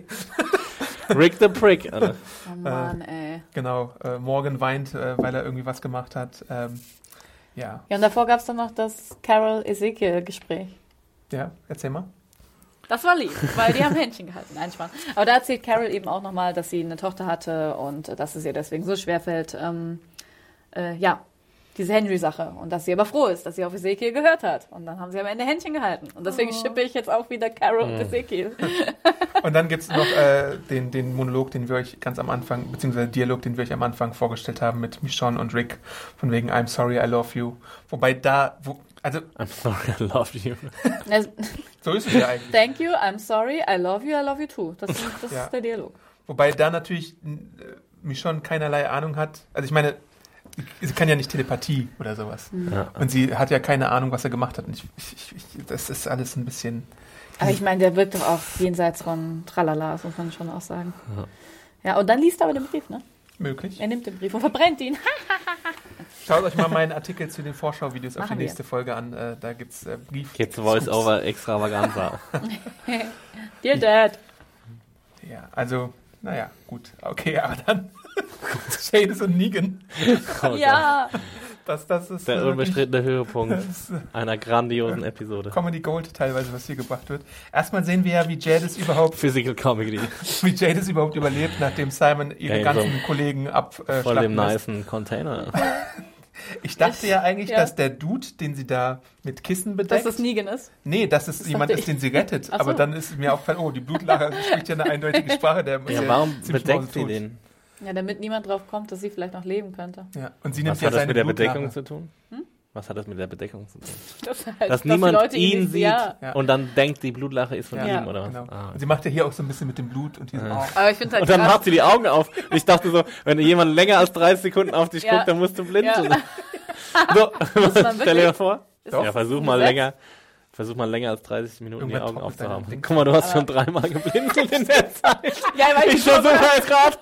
S4: Rick the Prick. Alter.
S3: Oh Mann, ey.
S2: Genau, äh, Morgan weint, äh, weil er irgendwie was gemacht hat. Ähm, ja,
S3: Ja, und davor gab es dann noch das Carol-Ezekiel-Gespräch.
S2: ja, erzähl mal.
S3: Das war lieb, weil die haben Händchen gehalten. Nein, Spaß. Aber da erzählt Carol eben auch nochmal, dass sie eine Tochter hatte und dass es ihr deswegen so schwerfällt, ähm, äh, ja, diese Henry-Sache. Und dass sie aber froh ist, dass sie auf Ezekiel gehört hat. Und dann haben sie am Ende Händchen gehalten. Und deswegen schippe ich jetzt auch wieder Carol und Ezekiel.
S2: Und dann gibt's noch äh, den, den Monolog, den wir euch ganz am Anfang, beziehungsweise Dialog, den wir euch am Anfang vorgestellt haben mit Michonne und Rick, von wegen I'm sorry, I love you. Wobei da, wo, also,
S4: I'm sorry, I love you.
S3: Also,
S2: so ist es ja eigentlich.
S3: Thank you, I'm sorry, I love you, I love you too. Das, das
S2: Ja.
S3: ist der Dialog.
S2: Wobei da natürlich äh, Michonne keinerlei Ahnung hat. Also ich meine, sie kann ja nicht Telepathie oder sowas.
S4: Ja.
S2: Und sie hat ja keine Ahnung, was er gemacht hat. Und ich, ich, ich, das ist alles ein bisschen...
S3: Aber ich meine, der wirkt doch auch jenseits von Tralala, das muss man schon auch sagen. Ja, und dann liest er aber den Brief, ne?
S2: möglich.
S3: Er nimmt den Brief und verbrennt ihn.
S2: Schaut euch mal meinen Artikel zu den Vorschauvideos auf die
S3: Machen wir.
S2: nächste Folge an. Äh, da gibt's äh, Brief.
S4: Jetzt Voice-Over Extravaganza.
S3: Dear Dad.
S2: Ja, also, naja, gut. Okay, aber dann Jadis und Negan.
S4: Oh
S3: Ja.
S2: Das, das ist
S4: Der
S2: äh, wirklich
S4: unbestrittene Höhepunkt
S2: das ist, äh,
S4: einer grandiosen Episode.
S2: Comedy Gold teilweise, was hier gebracht wird. Erstmal sehen wir ja, wie Jadis überhaupt,
S4: Physical Comedy.
S2: wie Jadis überhaupt überlebt, nachdem Simon ihre
S4: Ja,
S2: ganzen
S4: so
S2: Kollegen abschlachten
S4: Voll dem
S2: lässt.
S4: nicen Container.
S2: Ich dachte ja eigentlich,
S3: Ja.
S2: dass der Dude, den sie da mit Kissen bedeckt,
S3: Dass das Negan ist.
S2: nee, dass es jemand
S3: dachte
S2: ist, den sie rettet.
S3: Ach so.
S2: Aber dann ist mir aufgefallen, oh, die Blutlache spricht ja eine eindeutige Sprache. Der ist
S4: Ja, warum
S2: ziemlich
S4: bedeckt
S2: mausetot.
S4: sie den?
S3: Ja, damit niemand drauf kommt, dass sie vielleicht noch leben könnte.
S2: Ja. Und sie nimmt
S4: Was
S2: ja
S4: hat das
S2: seine
S4: mit der
S2: Blutlache.
S4: Bedeckung zu tun? Was hat das mit der Bedeckung zu tun?
S3: Das halt,
S4: Dass
S3: die
S4: niemand
S3: Leute
S4: ihn
S3: nicht-
S4: sieht
S3: Ja.
S2: Ja.
S4: und dann denkt, die Blutlache ist von
S2: Ja,
S4: ihm, oder was?
S2: genau.
S4: Ah.
S2: Und sie macht ja hier auch so ein bisschen mit dem Blut und diesem
S4: Ja.
S2: oh.
S3: Aber ich finde halt
S4: Und dann
S3: krass-
S4: macht sie die Augen auf. Und ich dachte so, wenn jemand länger als dreißig Sekunden auf dich
S3: Ja.
S4: guckt, dann musst du blind
S3: Ja.
S4: sein. So,
S3: man
S4: stell dir
S3: wirklich?
S4: mal vor.
S2: Doch.
S4: Ja, versuch mal
S3: Gesetz?
S4: länger. Versuch mal länger als dreißig Minuten die
S2: Irgendwann
S4: Augen
S2: trocknet dein
S4: aufzuhaben.
S2: Ding.
S4: Guck mal, du hast schon dreimal geblinzelt in der Zeit.
S3: Ja, weil ich
S4: Ich versuche jetzt gerade.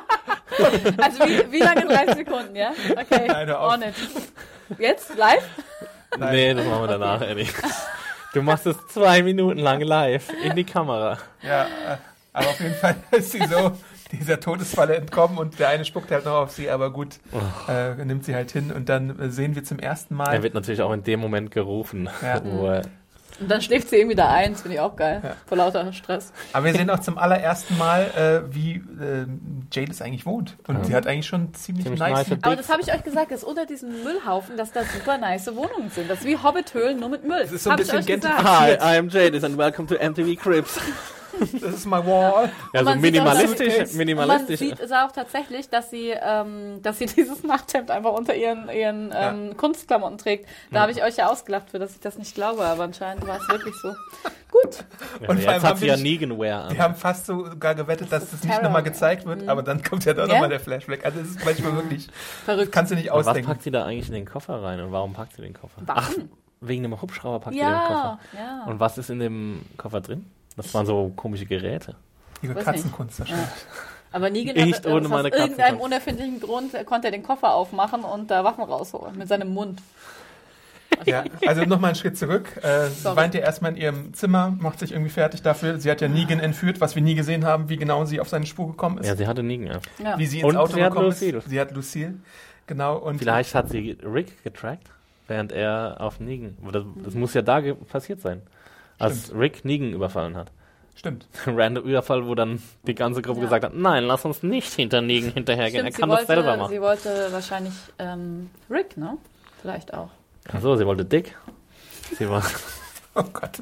S3: Also wie, wie lange? dreißig Sekunden, ja? Okay,
S2: Nein, hör auf.
S3: on it. Jetzt? Live?
S2: Nein.
S4: Nee, das machen wir danach, Eddie. Du machst es zwei Minuten lang live in die Kamera.
S2: Ja, äh, aber auf jeden Fall ist sie so dieser Todesfalle entkommen und der eine spuckt halt noch auf sie, aber gut, äh, nimmt sie halt hin und dann äh, sehen wir zum ersten Mal.
S4: Er wird natürlich auch in dem Moment gerufen.
S2: Ja.
S4: Wo er,
S3: Und dann schläft sie irgendwie da ein, das finde ich auch geil.
S2: Ja.
S3: Vor lauter Stress.
S2: Aber wir sehen auch zum allerersten Mal, äh, wie äh, Jadis eigentlich wohnt. Und
S4: Ja.
S2: sie hat eigentlich schon ziemlich,
S4: Ziemlich
S2: nice.
S4: nice
S3: Aber das habe ich euch gesagt, dass unter diesem Müllhaufen, dass da super nice Wohnungen sind. Das ist wie Hobbithöhlen, nur mit Müll.
S2: Das ist so ein
S3: Hab ich
S2: bisschen
S3: euch
S2: Gent-
S3: gesagt.
S4: Hi, I am Jadis and welcome to M T V Cribs.
S2: Das ist my wall.
S4: Ja, so
S3: man sieht auch,
S4: minimalistisch.
S3: dass-
S4: minimalistisch.
S3: Man sieht es auch tatsächlich, dass sie, ähm, dass sie dieses Nachthemd einfach unter ihren, ihren ähm, Kunstklamotten trägt. Da
S4: Ja.
S3: habe ich euch ja ausgelacht, für dass ich das nicht glaube, aber anscheinend war es wirklich so. Gut.
S4: Ja,
S2: Und vor allem
S4: jetzt hat
S2: haben
S4: sie ja
S2: wir-
S4: Negan-Wear an.
S2: Wir haben fast sogar gewettet, dass
S3: Das
S2: das,
S3: ist
S2: nicht
S3: Terror.
S2: nochmal gezeigt wird, aber dann kommt ja doch
S3: Ja?
S2: nochmal der Flashback. Also es ist manchmal wirklich,
S3: Verrückt.
S2: kannst du nicht
S4: Aber was
S2: ausdenken.
S4: packt sie da eigentlich in den Koffer rein und warum packt sie den Koffer?
S3: Warum?
S4: Ach, wegen dem Hubschrauber packt sie den
S3: Ja,
S4: Koffer.
S3: ja.
S4: Und was ist in dem Koffer drin? Das waren so komische Geräte.
S2: Ihre
S3: Weiß
S2: Katzenkunst wahrscheinlich.
S3: Aber Negan
S4: Nicht
S3: hatte,
S4: ohne
S3: aus
S4: meine
S3: irgendeinem
S4: Katzenkunst.
S3: unerfindlichen Grund äh, konnte er den Koffer aufmachen und da Waffen rausholen mit seinem Mund.
S2: Ja, also nochmal einen Schritt zurück. Äh, sie
S3: Sorry.
S2: weint ja erstmal in ihrem Zimmer, macht sich irgendwie fertig dafür. Sie hat ja Negan entführt, was wir nie gesehen haben, wie genau sie auf seine Spur gekommen ist.
S4: Ja, sie hatte Negan. Ja.
S3: Ja.
S2: Wie sie ins
S4: Und
S2: Auto
S4: sie hat
S2: gekommen
S4: Lucille.
S2: ist. Sie hat Lucille. Genau. Und
S4: Vielleicht hat sie Rick getrackt, während er auf Negan. Das, das muss ja da ge- passiert sein. Als Rick Negan überfallen hat.
S2: Stimmt.
S4: Ein random Überfall, wo dann die ganze Gruppe
S3: Ja.
S4: gesagt hat, nein, lass uns nicht hinter Negan hinterhergehen.
S3: Stimmt,
S4: er kann
S3: sie
S4: das selber
S3: wollte,
S4: machen.
S3: sie wollte wahrscheinlich ähm, Rick, ne? Vielleicht auch.
S4: Achso, sie wollte Dick. Sie war
S2: Oh Gott.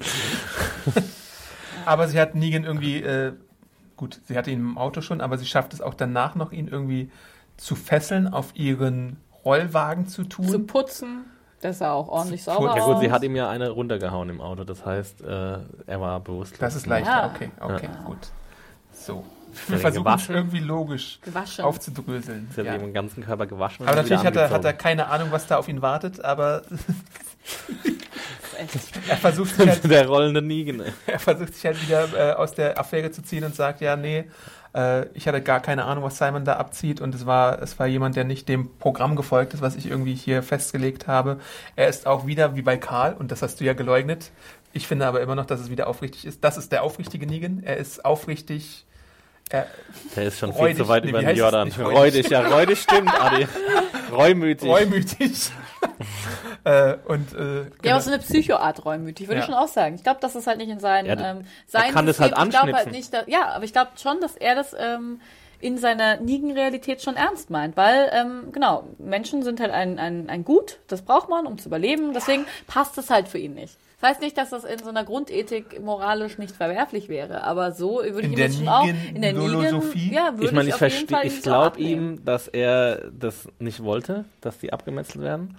S2: Aber sie hat Negan irgendwie, äh, gut, sie hatte ihn im Auto schon, aber sie schafft es auch danach noch, ihn irgendwie zu fesseln, auf ihren Rollwagen zu tun.
S3: Zu putzen, dass er auch ordentlich
S2: Zu
S3: sauber
S2: putzen.
S4: ja gut, sie
S3: aus.
S4: hat ihm ja eine runtergehauen im Auto. Das heißt, äh, er war bewusstlos.
S2: Das ist leichter,
S3: Ja.
S2: okay, okay,
S3: Ja.
S2: gut. So.
S4: Hat
S2: Wir
S4: ihn
S2: versuchen es
S4: gewaschen.
S2: irgendwie logisch
S3: Gewaschen.
S2: aufzudröseln.
S4: Sie hat
S2: Ja.
S4: ihm den ganzen Körper gewaschen. und
S2: Aber
S4: dann wieder
S2: natürlich hat er, hat er
S4: angezogen.
S2: keine Ahnung, was da auf ihn wartet, aber
S3: Echt.
S2: er versucht sich halt,
S4: Der rollende Negan. ey.
S2: er versucht sich halt wieder äh, aus der Affäre zu ziehen und sagt, ja, nee, äh, ich hatte gar keine Ahnung, was Simon da abzieht und es war, es war jemand, der nicht dem Programm gefolgt ist, was ich irgendwie hier festgelegt habe. Er ist auch wieder wie bei Karl und das hast du ja geleugnet. Ich finde aber immer noch, dass es wieder aufrichtig ist. Das ist der aufrichtige Negan. Er ist aufrichtig. Er,
S4: Der ist schon viel
S2: Räudig.
S4: zu weit
S2: Nee,
S4: über
S2: wie
S4: den
S2: heißt es
S4: Jordan.
S2: nicht?
S4: Räudig.
S2: Räudig.
S4: ja, räudig stimmt, Adi. Reumütig.
S2: reumütig. äh, und, äh,
S3: Ja,
S2: genau.
S3: aber so eine Psychoart reumütig, würde
S2: Ja.
S3: ich schon auch sagen. Ich glaube, das ist halt nicht in seinen,
S4: Ja, d-
S3: ähm, sein
S4: kann das halt
S3: System. Ich glaube halt
S4: anschnipsen.
S3: nicht, dass, ja, aber ich glaube schon, dass er das ähm, in seiner Negan-Realität schon ernst meint, weil, ähm, genau, Menschen sind halt ein, ein, ein Gut, das braucht man, um zu überleben, deswegen passt es halt für ihn nicht. Das heißt nicht, dass das in so einer Grundethik moralisch nicht verwerflich wäre, aber so würde ich
S2: In
S3: ihm
S2: der
S3: jetzt schon auch in der
S2: Negan-Nolosophie?
S3: Negan, ja, würde
S4: Ich meine, ich,
S3: auf jeden
S4: verstehe,
S3: Fall
S4: ich
S3: ihm so
S4: glaube
S3: abnehmen.
S4: ihm, dass er das nicht wollte, dass die abgemetzelt werden.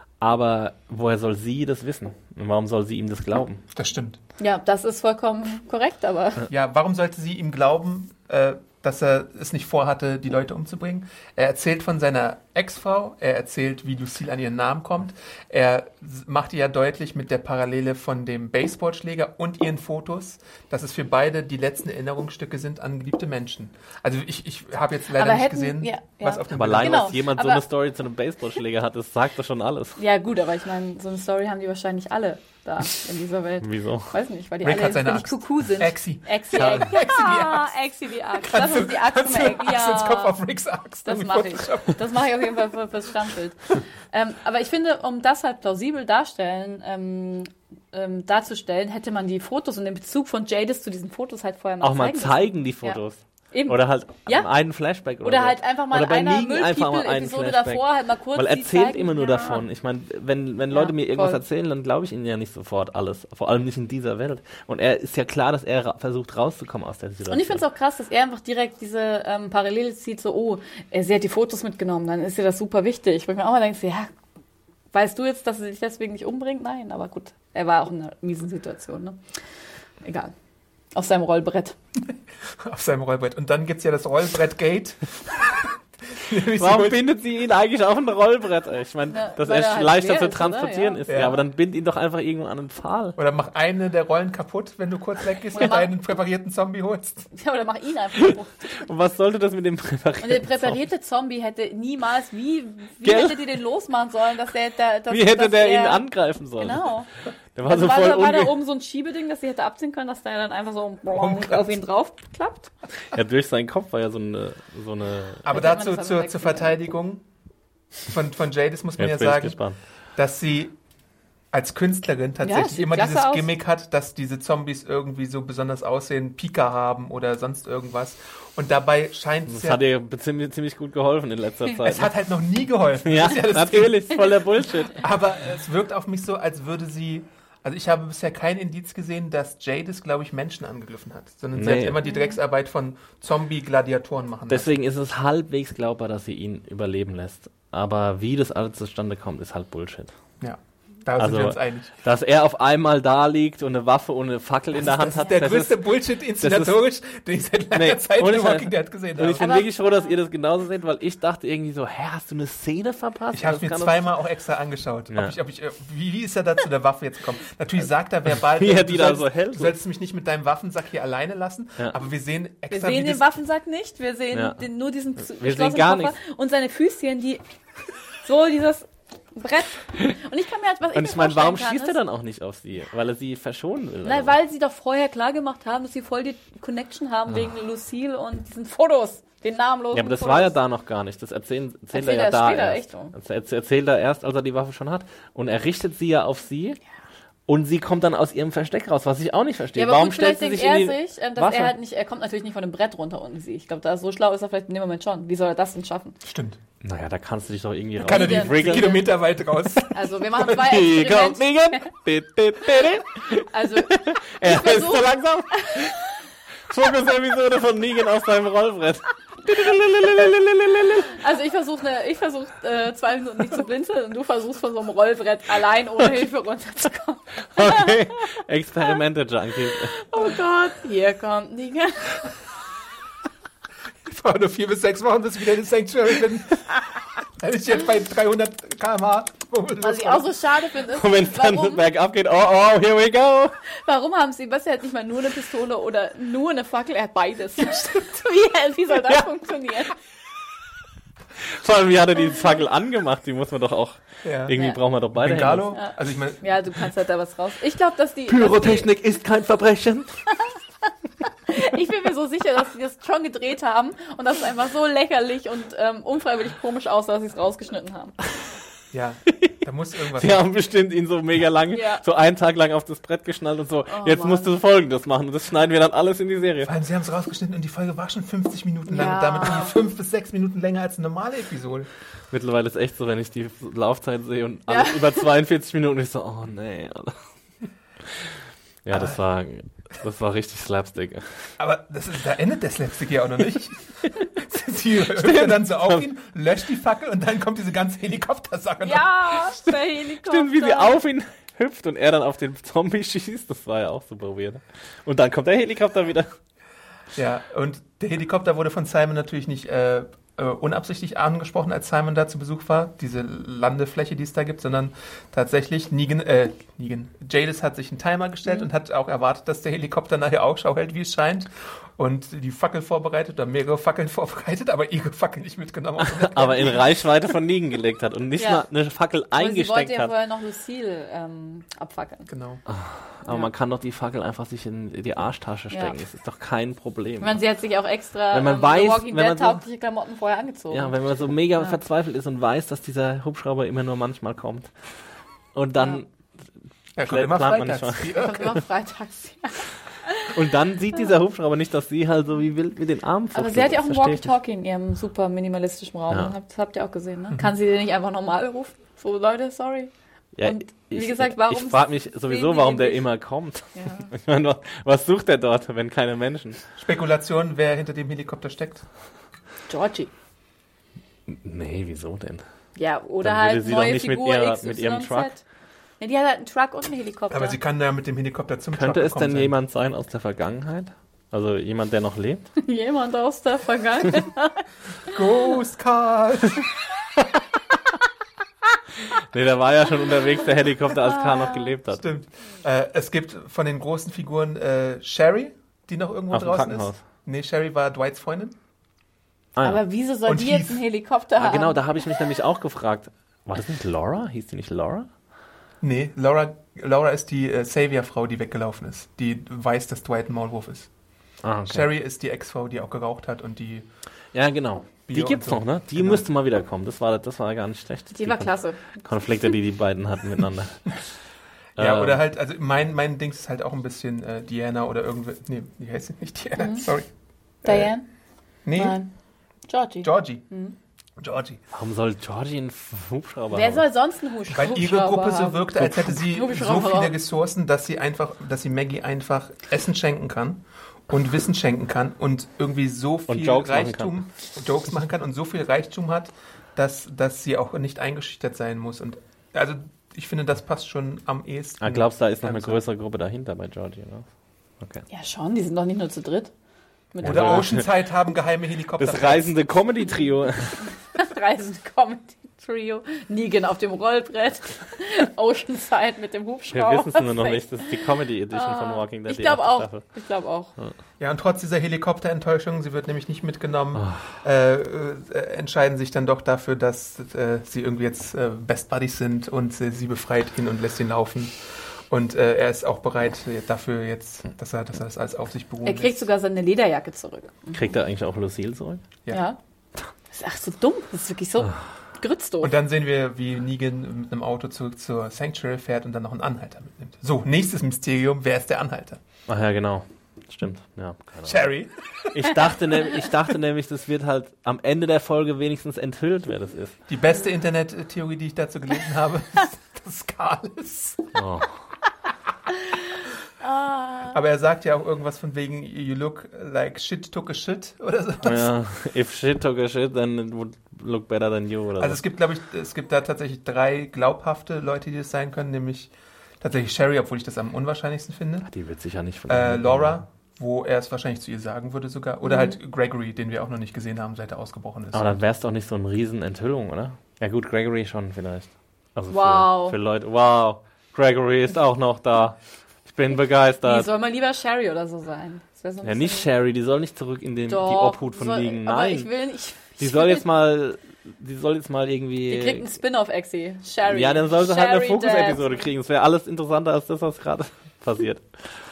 S4: Aber woher soll sie das wissen? Und warum soll sie ihm das glauben?
S2: Das stimmt.
S3: Ja, das ist vollkommen korrekt, aber
S2: Ja, warum sollte sie ihm glauben, äh, dass er es nicht vorhatte, die Leute umzubringen? Er erzählt von seiner Ex-Frau, er erzählt, wie Lucille an ihren Namen kommt. Er s- macht ihr ja deutlich mit der Parallele von dem Baseballschläger und ihren Fotos, dass es für beide die letzten Erinnerungsstücke sind an geliebte Menschen. Also ich, ich habe jetzt leider
S3: Aber
S2: nicht
S3: hätten-
S2: gesehen,
S3: ja,
S2: was
S3: ja.
S2: auf dem
S4: Aber
S2: Bild
S4: allein,
S3: Genau,
S4: dass jemand so
S3: aber-
S4: eine Story zu einem Baseballschläger hat, das sagt doch schon alles.
S3: ja gut, aber ich meine, so eine Story haben die wahrscheinlich alle da in dieser Welt.
S4: Wieso?
S3: Weiß nicht, weil die
S2: Rick
S3: alle
S2: hat seine
S3: ziemlich
S2: Axt.
S3: Kuckuck sind.
S2: Exi.
S3: Exi,
S2: Ja.
S3: Exi, ja, Exi die Axt. Lass uns die Axt
S2: kannst
S3: zum
S2: du
S3: Eck.
S2: Axt ins Kopf
S3: Ja,
S2: auf Ricks Axt.
S3: das
S2: irgendwie
S3: mache ich.
S2: Photoshop.
S3: Das mache ich auf jeden Fall für, fürs Standbild. ähm, aber ich finde, um das halt plausibel darstellen, ähm, ähm, darzustellen, hätte man die Fotos und den Bezug von Jadis zu diesen Fotos halt vorher mal
S4: Auch mal
S3: zeigen müssen.
S4: zeigen, die Fotos.
S3: Eben.
S4: Oder halt
S3: Ja.
S4: einen Flashback. Oder,
S3: Oder
S4: so.
S3: halt einfach mal
S4: Oder bei
S3: einer
S4: Negan einfach mal einen
S3: Müll-People-Episode
S4: Flashback.
S3: davor halt mal kurz
S4: Weil er
S3: die
S4: erzählt
S3: zeigen.
S4: immer nur
S3: Ja.
S4: davon. Ich meine, wenn, wenn
S3: Ja,
S4: Leute mir irgendwas
S3: voll.
S4: erzählen, dann glaube ich ihnen ja nicht sofort alles. Vor allem nicht in dieser Welt. Und er ist ja klar, dass er ra- versucht rauszukommen aus der Situation.
S3: Und ich finde es auch krass, dass er einfach direkt diese ähm, Parallele zieht, so, oh, äh, sie hat die Fotos mitgenommen, dann ist ihr das super wichtig. Wo ich mir auch mal denke, ja, weißt du jetzt, dass sie sich deswegen nicht umbringt? Nein, aber gut, er war auch in einer miesen Situation, ne? Egal. Auf seinem Rollbrett.
S2: Auf seinem Rollbrett. Und dann gibt's ja das Rollbrett-Gate. Nämlich sie
S4: Warum
S2: holt-
S4: bindet sie ihn eigentlich auf ein Rollbrett? ey? Ich meine,
S3: Ja,
S4: dass
S3: weil
S4: er
S3: er halt
S4: leichter
S3: schwer
S4: zu
S3: ist,
S4: transportieren
S3: oder?
S4: ist.
S2: Ja.
S4: Ja. aber dann bind ihn doch einfach irgendwo an einen Pfahl.
S2: Oder mach eine der Rollen kaputt, wenn du kurz weggehst
S3: Oder
S2: und
S3: mach-
S2: einen präparierten Zombie holst.
S3: Ja, oder mach ihn einfach kaputt.
S4: Und was sollte das mit dem Präparieren?
S3: Und der präparierte Zombie hätte niemals, wie, wie
S4: Gell?
S3: hätte die den losmachen sollen, dass der, der dass,
S4: Wie hätte
S3: dass
S4: der
S3: er,
S4: ihn angreifen sollen?
S3: Genau.
S4: Der war
S3: Also
S4: so
S3: war,
S4: voll
S3: da, war da
S4: unge...
S3: oben so ein Schiebeding, dass sie hätte abziehen können, dass der dann einfach so
S2: Umklappt.
S3: auf ihn draufklappt.
S4: Ja, durch seinen Kopf war ja so eine... So eine
S2: Aber
S3: Hätte man
S2: dazu
S3: das aber
S2: zur,
S3: wegnehmen.
S2: zur Verteidigung von, von Jadis muss man
S4: Jetzt
S2: ja
S4: bin ich
S2: sagen,
S4: gespannt.
S2: dass sie als Künstlerin tatsächlich
S3: sieht
S2: immer
S3: klasse
S2: dieses
S3: aus.
S2: Gimmick hat, dass diese Zombies irgendwie so besonders aussehen, Pika haben oder sonst irgendwas. Und dabei scheint es
S4: Das
S2: ja,
S4: hat ihr ziemlich, ziemlich gut geholfen in letzter Zeit.
S2: es hat halt noch nie geholfen.
S4: ja,
S2: Das ist ja das
S4: natürlich, voll der Bullshit.
S2: Aber es wirkt auf mich so, als würde sie Also ich habe bisher kein Indiz gesehen, dass Jadis, glaube ich, Menschen angegriffen hat, sondern sie
S4: Nee.
S2: hat immer die Drecksarbeit von Zombie-Gladiatoren machen lassen.
S4: Deswegen ist es halbwegs glaubbar, dass sie ihn überleben lässt. Aber wie das alles zustande kommt, ist halt Bullshit.
S2: Ja, da
S4: Also,
S2: sind wir uns einig.
S4: Dass er auf einmal da liegt und eine Waffe und eine Fackel in der Hand
S2: Das
S4: hat.
S2: ist der
S4: das
S2: größte
S4: ist,
S2: Bullshit inszenatorisch, den ich seit langer
S4: Nee,
S2: Zeit
S4: ohne
S2: in
S4: Scheiß.
S2: Walking Dead gesehen
S4: Und ich
S2: habe.
S4: bin wirklich froh, dass ihr das genauso seht, weil ich dachte irgendwie so, hä, hast du eine Szene verpasst?
S2: Ich habe
S4: Das
S2: mir
S4: kann doch-
S2: zweimal auch extra angeschaut.
S4: Ja.
S2: Ob ich, ob ich, äh, wie, wie ist er da zu der Waffe jetzt gekommen? Natürlich sagt er verbal,
S4: Wie er
S2: du,
S4: die da
S2: sollst,
S4: so hält.
S2: du sollst mich nicht mit deinem Waffensack hier alleine lassen,
S4: Ja.
S2: aber wir sehen
S3: Wir
S2: extra,
S3: sehen
S2: wie
S3: den
S2: das,
S3: Waffensack nicht, wir sehen
S4: Ja.
S3: den, nur diesen
S4: sehen
S3: geschlossenen
S4: gar
S3: Koffer
S4: nichts.
S3: und seine Füßchen, die so dieses Brett. Und ich kann mir halt, was
S4: Und
S3: ich
S4: ich
S3: mir
S4: meine, warum
S3: vorstellen
S4: schießt
S3: kann,
S4: er dann auch nicht auf sie? Weil er sie verschonen will.
S3: Nein,
S4: oder
S3: weil sie doch vorher klar gemacht haben, dass sie voll die Connection haben wegen Lucille und diesen Fotos, den namenlosen
S4: so. Ja, aber das
S3: Fotos.
S4: war ja da noch gar nicht. Das erzählen, erzählt
S3: Erzählt
S4: er ja
S3: er
S4: da
S3: später,
S4: erst.
S3: echt so.
S4: Das erz- erzählt er erst, als er die Waffe schon hat. Und er richtet sie ja auf sie. Und sie kommt dann aus ihrem Versteck raus, was ich auch nicht verstehe.
S3: Ja, aber
S4: Warum
S3: gut,
S4: stellt
S3: vielleicht
S4: sie
S3: denkt
S4: sich in
S3: er
S4: die
S3: sich, ähm, dass
S4: Waffe?
S3: er halt nicht, er kommt natürlich nicht von dem Brett runter unten sie. Ich glaube, da so schlau ist er vielleicht in dem Moment schon. Wie soll er das denn schaffen?
S2: stimmt.
S4: Naja, da kannst du dich doch irgendwie raus.
S2: Kann er die
S3: denn?
S2: Wriggle Kilometer weit raus.
S3: Also wir machen zwei
S4: Hier kommt
S3: Experimente.
S4: Negan. Bit, bit, bit.
S3: Also
S4: Er ist
S3: versuch-
S4: so langsam. Fokus-Episode von Negan auf seinem Rollbrett.
S3: Also ich versuche ne, ich versuch, äh, zwei Minuten nicht zu blinzeln und du versuchst von so einem Rollbrett allein ohne Hilfe runterzukommen.
S4: Okay. Experimente-Junkie.
S3: Oh Gott, hier kommt Negan.
S2: Ich brauche nur vier bis sechs Wochen, bis ich wieder in Sanctuary bin. Dann ist jetzt bei dreihundert Kilometer pro Stunde.
S3: Was ich auch so schade finde, ist,
S4: Und wenn es dann
S3: warum,
S4: bergab geht, oh, oh, here we go.
S3: warum haben sie, was, er hat nicht mal nur eine Pistole oder nur eine Fackel, er hat beides. Wie, wie soll das
S4: Ja.
S3: funktionieren?
S4: Vor allem, wie hat er die Fackel angemacht? Die muss man doch auch,
S2: Ja.
S4: irgendwie
S3: Ja.
S4: brauchen wir doch beide
S2: Bengalo?
S3: Ja.
S2: Also ich meine,
S3: Ja, du kannst halt da was raus. Ich glaube, dass die...
S4: Pyrotechnik ist kein Verbrechen.
S3: Dass die, ich bin mir so sicher, dass die das schon gedreht haben und dass es einfach so lächerlich und ähm, unfreiwillig komisch aussah, dass sie es rausgeschnitten haben.
S2: ja, da muss irgendwas.
S4: Sie haben bestimmt ihn so mega lang,
S3: Ja.
S4: so einen Tag lang auf das Brett geschnallt und so,
S3: Oh,
S4: jetzt
S3: Mann.
S4: musst du Folgendes machen und das schneiden wir dann alles in die Serie.
S2: Vor allem, sie haben es rausgeschnitten und die Folge war schon fünfzig Minuten lang
S3: Ja.
S2: und damit irgendwie fünf bis sechs Minuten länger als eine normale Episode.
S4: Mittlerweile ist echt so, wenn ich die Laufzeit sehe und alles
S3: Ja.
S4: über zweiundvierzig Minuten, ich so, oh nee. Alter. Ja, das war, das war richtig Slapstick.
S2: Aber das ist, da endet der Slapstick ja auch noch nicht. Sie hüpft dann so auf ihn, löscht die Fackel und dann kommt diese ganze Helikoptersache noch.
S3: Ja, der Helikopter.
S4: Stimmt, wie sie auf ihn hüpft und er dann auf den Zombie schießt, das war ja auch super weird. Und dann kommt der Helikopter wieder.
S2: Ja, und der Helikopter wurde von Simon natürlich nicht äh, äh, unabsichtlich angesprochen, als Simon da zu Besuch war, diese Landefläche, die es da gibt, sondern tatsächlich Negan, äh, Negan, Jadis hat sich einen Timer gestellt
S3: Mhm.
S2: und hat auch erwartet, dass der Helikopter nachher Ausschau hält, wie es scheint, und die Fackel vorbereitet oder mehrere Fackeln vorbereitet, aber ihre Fackel nicht mitgenommen.
S4: Aber in Reichweite von Negan gelegt hat und nicht
S3: Ja.
S4: mal eine Fackel
S3: Aber sie wollte
S4: eingesteckt
S3: ja
S4: hat.
S3: vorher noch Lucille ähm, abfackeln.
S2: Genau.
S4: Aber man kann doch die Fackel einfach sich in die Arschtasche stecken.
S3: Ja.
S4: Das ist doch kein Problem.
S3: Ich meine, sie hat sich auch extra
S4: Wenn man
S3: ähm,
S4: weiß,
S3: The Walking
S4: wenn man
S3: Dead
S4: so-
S3: taugliche Klamotten vorher angezogen.
S4: Ja, wenn man so mega
S3: Ja.
S4: verzweifelt ist und weiß, dass dieser Hubschrauber immer nur manchmal kommt. Und dann,
S2: Ja, kommt
S4: Plant
S2: immer
S4: man nicht
S2: freitags.
S3: Das kommt immer freitags. Ja.
S4: und dann sieht dieser Hubschrauber nicht, dass sie halt so wie wild mit den Armen
S3: Aber
S4: fuchtelt.
S3: sie hat ja auch
S4: Das
S3: ein
S4: verstehe ich
S3: Walkie-Talkie in ihrem super minimalistischen Raum.
S4: Ja.
S3: Habt, das habt ihr auch gesehen, ne? Kann sie den nicht einfach normal rufen? So, Leute, sorry.
S4: nicht. Ja,
S3: und wie
S4: ich,
S3: gesagt, warum
S4: Ich frage mich
S3: sehen
S4: sowieso,
S3: die
S4: warum
S3: den
S4: der
S3: nicht?
S4: immer kommt.
S3: Ja.
S4: Ich meine, was, was sucht er dort, wenn keine Menschen?
S2: Spekulation, wer hinter dem Helikopter steckt.
S3: Georgie.
S4: Nee, wieso denn?
S3: Ja, oder
S4: Dann
S3: halt
S4: würde sie doch
S3: neue
S4: nicht mit
S3: Figur
S4: ihrer-
S3: X,
S4: mit
S3: Y,
S4: ihrem
S3: Z.
S4: Truck.
S3: Ja, die hat halt einen Truck und einen Helikopter.
S2: Aber sie kann da mit dem Helikopter zum
S4: Könnte
S2: Truck
S4: es
S2: gekommen
S4: denn
S2: sein.
S4: jemand sein aus der Vergangenheit? Also jemand, der noch lebt?
S3: Jemand aus der Vergangenheit.
S2: Ghost Carl!
S4: Nee, der war ja schon unterwegs, der Helikopter, als Karl noch gelebt hat.
S2: Stimmt. Äh, es gibt von den großen Figuren äh, Sherry, die noch irgendwo
S4: Auf dem
S2: draußen
S4: Krankenhaus.
S2: ist. Nee, Sherry war Dwights Freundin.
S4: Ah, ja.
S3: Aber wieso soll
S2: Und
S3: die jetzt
S2: Heath.
S3: einen Helikopter
S4: ah,
S3: haben?
S4: genau, da habe ich mich nämlich auch gefragt. War das nicht Laura? Hieß die nicht Laura?
S2: Nee, Laura, Laura ist die äh, Savior-Frau, die weggelaufen ist. Die weiß, dass Dwight ein Maulwurf ist.
S4: Ah, okay.
S2: Sherry ist die Ex-Frau, die auch geraucht hat und die...
S4: Ja, genau. Die
S2: Bio
S4: gibt's
S2: und so.
S4: noch, ne? Die
S2: Genau.
S4: müsste mal wiederkommen. Das war, das war gar nicht schlecht.
S3: Die war
S4: Kon-
S3: klasse.
S4: Konflikte, die die beiden hatten miteinander.
S2: Ja,
S4: Ähm,
S2: oder halt, also mein, mein Dings ist halt auch ein bisschen äh, Diana oder irgendwie... Nee, die heißt nicht Diana, sorry.
S3: Diane?
S2: Nee,
S3: Nein. Georgie.
S2: Georgie. Georgie.
S4: Warum soll Georgie einen Hubschrauber
S3: Wer
S4: haben?
S3: soll sonst einen Hubschrauber
S2: Weil ihre Gruppe so
S3: haben?
S2: wirkte, als hätte sie so
S3: Hubschrauber.
S2: viele Ressourcen, dass sie einfach, dass sie Maggie einfach Essen schenken kann und Wissen schenken kann und irgendwie so viel
S4: Jokes machen
S2: Reichtum, Jokes machen kann und so viel Reichtum hat, dass, dass sie auch nicht eingeschüchtert sein muss. Und also ich finde, das passt schon am ehesten.
S4: Ah, glaubst du, da ist noch eine
S2: Also-
S4: größere Gruppe dahinter bei Georgie, ne? Okay.
S3: Ja, schon, die sind doch nicht nur zu dritt. Mit
S2: Oder
S4: Ja.
S2: Oceanside haben geheime Helikopter.
S4: Das reisende Comedy-Trio.
S3: das reisende Comedy-Trio, Negan auf dem Rollbrett, Oceanside mit dem
S4: Wir
S3: Hubschrauber.
S4: wissen es nur noch nicht. Das ist die Comedy-Edition von Walking Dead.
S3: Ich
S4: die
S3: glaube
S4: erste
S3: auch.
S4: Staffel.
S3: Ich glaube auch.
S2: Ja, und trotz dieser Helikopterenttäuschung, sie wird nämlich nicht mitgenommen,
S4: Oh.
S2: äh, äh, entscheiden sich dann doch dafür, dass äh, sie irgendwie jetzt äh, Best Buddies sind und äh, sie befreit ihn und lässt ihn laufen. Und äh, er ist auch bereit dafür jetzt, dass er, dass er das alles auf sich beruhen
S3: Er kriegt
S2: lässt.
S3: sogar seine Lederjacke zurück.
S4: Kriegt er eigentlich auch Lucille zurück?
S2: Ja.
S3: Ja. Das ist ach so dumm. Das ist wirklich so grützdoof.
S2: Und dann sehen wir, wie Negan mit einem Auto zurück zur Sanctuary fährt und dann noch einen Anhalter mitnimmt. So, nächstes Mysterium, wer ist der Anhalter?
S4: Ach ja, genau. Stimmt. Ja, keine Ahnung.
S2: Sherry.
S4: Ich dachte, ne, ich dachte nämlich, das wird halt am Ende der Folge wenigstens enthüllt, wer das ist.
S2: Die beste Internet-Theorie, die ich dazu gelesen habe, ist, dass es Karl ist.
S4: Oh.
S2: Aber er sagt ja auch irgendwas von wegen, you look like shit took a shit oder so.
S4: Ja, if shit took a shit, then it would look better than you. Oder
S2: Also
S4: so.
S2: es gibt, glaube ich, es gibt da tatsächlich drei glaubhafte Leute, die das sein können, nämlich tatsächlich Sherry, obwohl ich das am unwahrscheinlichsten finde,
S4: Die wird sicher nicht von
S2: äh,
S4: ihm-
S2: Laura, wo er es wahrscheinlich zu ihr sagen würde sogar, oder halt Gregory, den wir auch noch nicht gesehen haben, seit er ausgebrochen ist.
S4: Aber dann wäre es doch nicht so eine riesen Enthüllung, oder? Ja gut, Gregory schon vielleicht. Also
S3: Wow.
S4: Für, für Leute, wow, Gregory ist auch noch da. Ich bin
S3: Die
S4: begeistert.
S3: soll mal lieber Sherry oder so sein. Das wär so ein
S4: Ja, nicht
S3: bisschen-
S4: Sherry, die soll nicht zurück in den, die
S3: Doch,
S4: Obhut von
S3: soll,
S4: liegen.
S3: Aber
S4: Nein,
S3: ich will nicht.
S4: die
S3: ich
S4: soll
S3: will-
S4: jetzt mal, die soll jetzt mal irgendwie...
S3: Die kriegt einen Spin-off-Exi. Sherry.
S4: Ja, dann soll sie halt eine
S3: Sherry
S4: Fokus-Episode
S3: Dad.
S4: kriegen. Das wäre alles interessanter als das, was gerade passiert.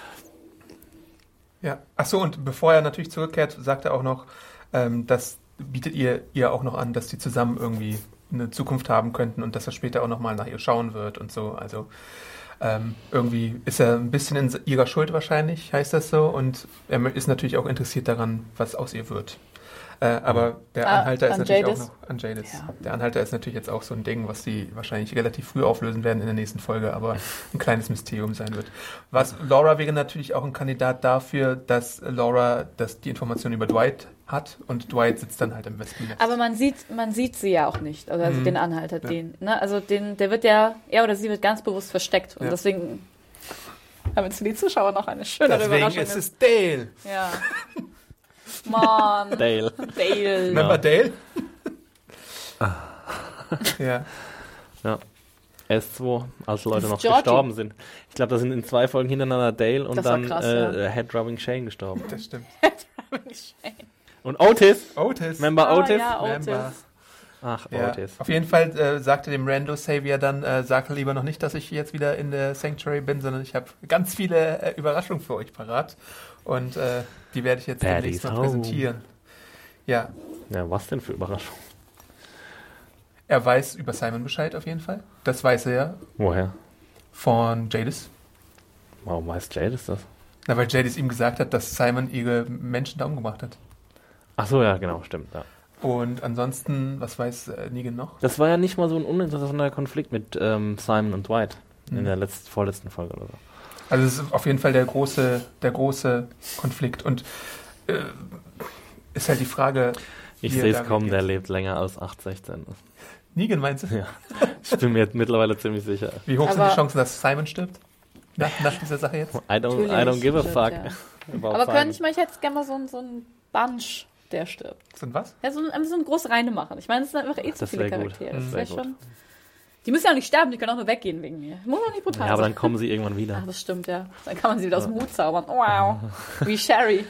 S2: Ja. Ach so, und bevor er natürlich zurückkehrt, sagt er auch noch, ähm, das bietet ihr ihr auch noch an, dass die zusammen irgendwie eine Zukunft haben könnten und dass er später auch nochmal nach ihr schauen wird und so. Also ähm, irgendwie ist er ein bisschen in ihrer Schuld wahrscheinlich, heißt das so. Und er ist natürlich auch interessiert daran, was aus ihr wird. Äh, aber der
S3: Ah,
S2: Anhalter ist
S3: an
S2: natürlich
S3: Jadis?
S2: auch noch an Jadis.
S3: Ja.
S2: Der Anhalter ist natürlich jetzt auch so ein Ding, was sie wahrscheinlich relativ früh auflösen werden in der nächsten Folge, aber ein kleines Mysterium sein wird. Was Laura wäre natürlich auch ein Kandidat dafür, dass Laura das, die Information über Dwight hat und Dwight sitzt dann halt im Wespennest.
S3: Aber man sieht, man sieht sie ja auch nicht. Also, also den Anhalter, den. Ne? Also den, der wird ja, er oder sie wird ganz bewusst versteckt. Und
S2: Ja.
S3: deswegen haben jetzt für die Zuschauer noch eine schönere
S2: Deswegen
S3: Überraschung.
S2: ist es Dale.
S3: Ja. Mann.
S4: Dale.
S3: Dale.
S2: Remember Dale? ja.
S4: Ja. S zwei, als Leute
S3: Das
S4: noch
S3: ist Georgie.
S4: gestorben sind. Ich glaube, da sind in zwei Folgen hintereinander Dale und
S3: Das war
S4: dann
S3: krass,
S4: äh,
S3: ja.
S4: Head-Rubbing Shane gestorben.
S2: Das stimmt.
S4: Und Otis.
S2: Otis.
S4: Remember
S3: Ah,
S4: Otis?
S3: ja,
S2: Remember.
S3: Otis.
S4: Ach,
S2: Ja.
S4: Otis.
S2: Auf jeden Fall äh, sagte dem Rando Savior dann, äh, sag lieber noch nicht, dass ich jetzt wieder in der Sanctuary bin, sondern ich habe ganz viele äh, Überraschungen für euch parat. Und äh, die werde ich jetzt
S4: Daddy's
S2: demnächst noch
S4: home.
S2: präsentieren. Ja,
S4: Ja, was denn für Überraschung?
S2: er weiß über Simon Bescheid auf jeden Fall. Das weiß er ja
S4: Woher?
S2: von Jadis.
S4: Warum weiß Jadis das?
S2: Na, weil Jadis ihm gesagt hat, dass Simon ihre Menschen da umgebracht hat.
S4: Ach so, ja, genau, stimmt. Ja.
S2: Und ansonsten, was weiß äh, Negan noch?
S4: Das war ja nicht mal so ein uninteressanter Konflikt mit ähm, Simon und Dwight in
S2: Mhm.
S4: der letzten, vorletzten Folge oder so.
S2: Also es ist auf jeden Fall der große, der große Konflikt. Und äh, ist halt die Frage,
S4: Ich
S2: wie er
S4: sehe es
S2: damit
S4: kommen, der
S2: geht.
S4: lebt länger als acht sechzehn.
S2: Negan meinst du?
S4: Ja. Ich bin mir jetzt mittlerweile ziemlich sicher.
S2: Wie hoch sind
S3: Aber-
S2: die Chancen, dass Simon stirbt? Nach, nach dieser Sache jetzt?
S4: I don't, I
S3: Natürlich
S4: don't give a
S3: stimmt,
S4: fuck.
S3: ja.
S4: about
S3: Aber
S4: Simon.
S3: könnte ich mal jetzt gerne mal so, ein- so einen Bunch, der stirbt.
S2: Sind was?
S3: Ja, so, ein, so eine große Reine machen. Ich meine, es sind einfach eh zu
S4: Das
S3: viele
S4: wär gut.
S3: Charaktere.
S4: Das
S3: Das
S4: wär
S3: wär
S4: gut.
S3: schon. Die müssen ja auch nicht sterben, die können auch nur weggehen wegen mir. Muss auch nicht brutal
S4: Ja, aber
S3: sein.
S4: dann kommen sie irgendwann
S3: Ah,
S4: wieder.
S3: das stimmt, ja. Dann kann man sie wieder aus dem Hut zaubern. Wow. Wie Sherry.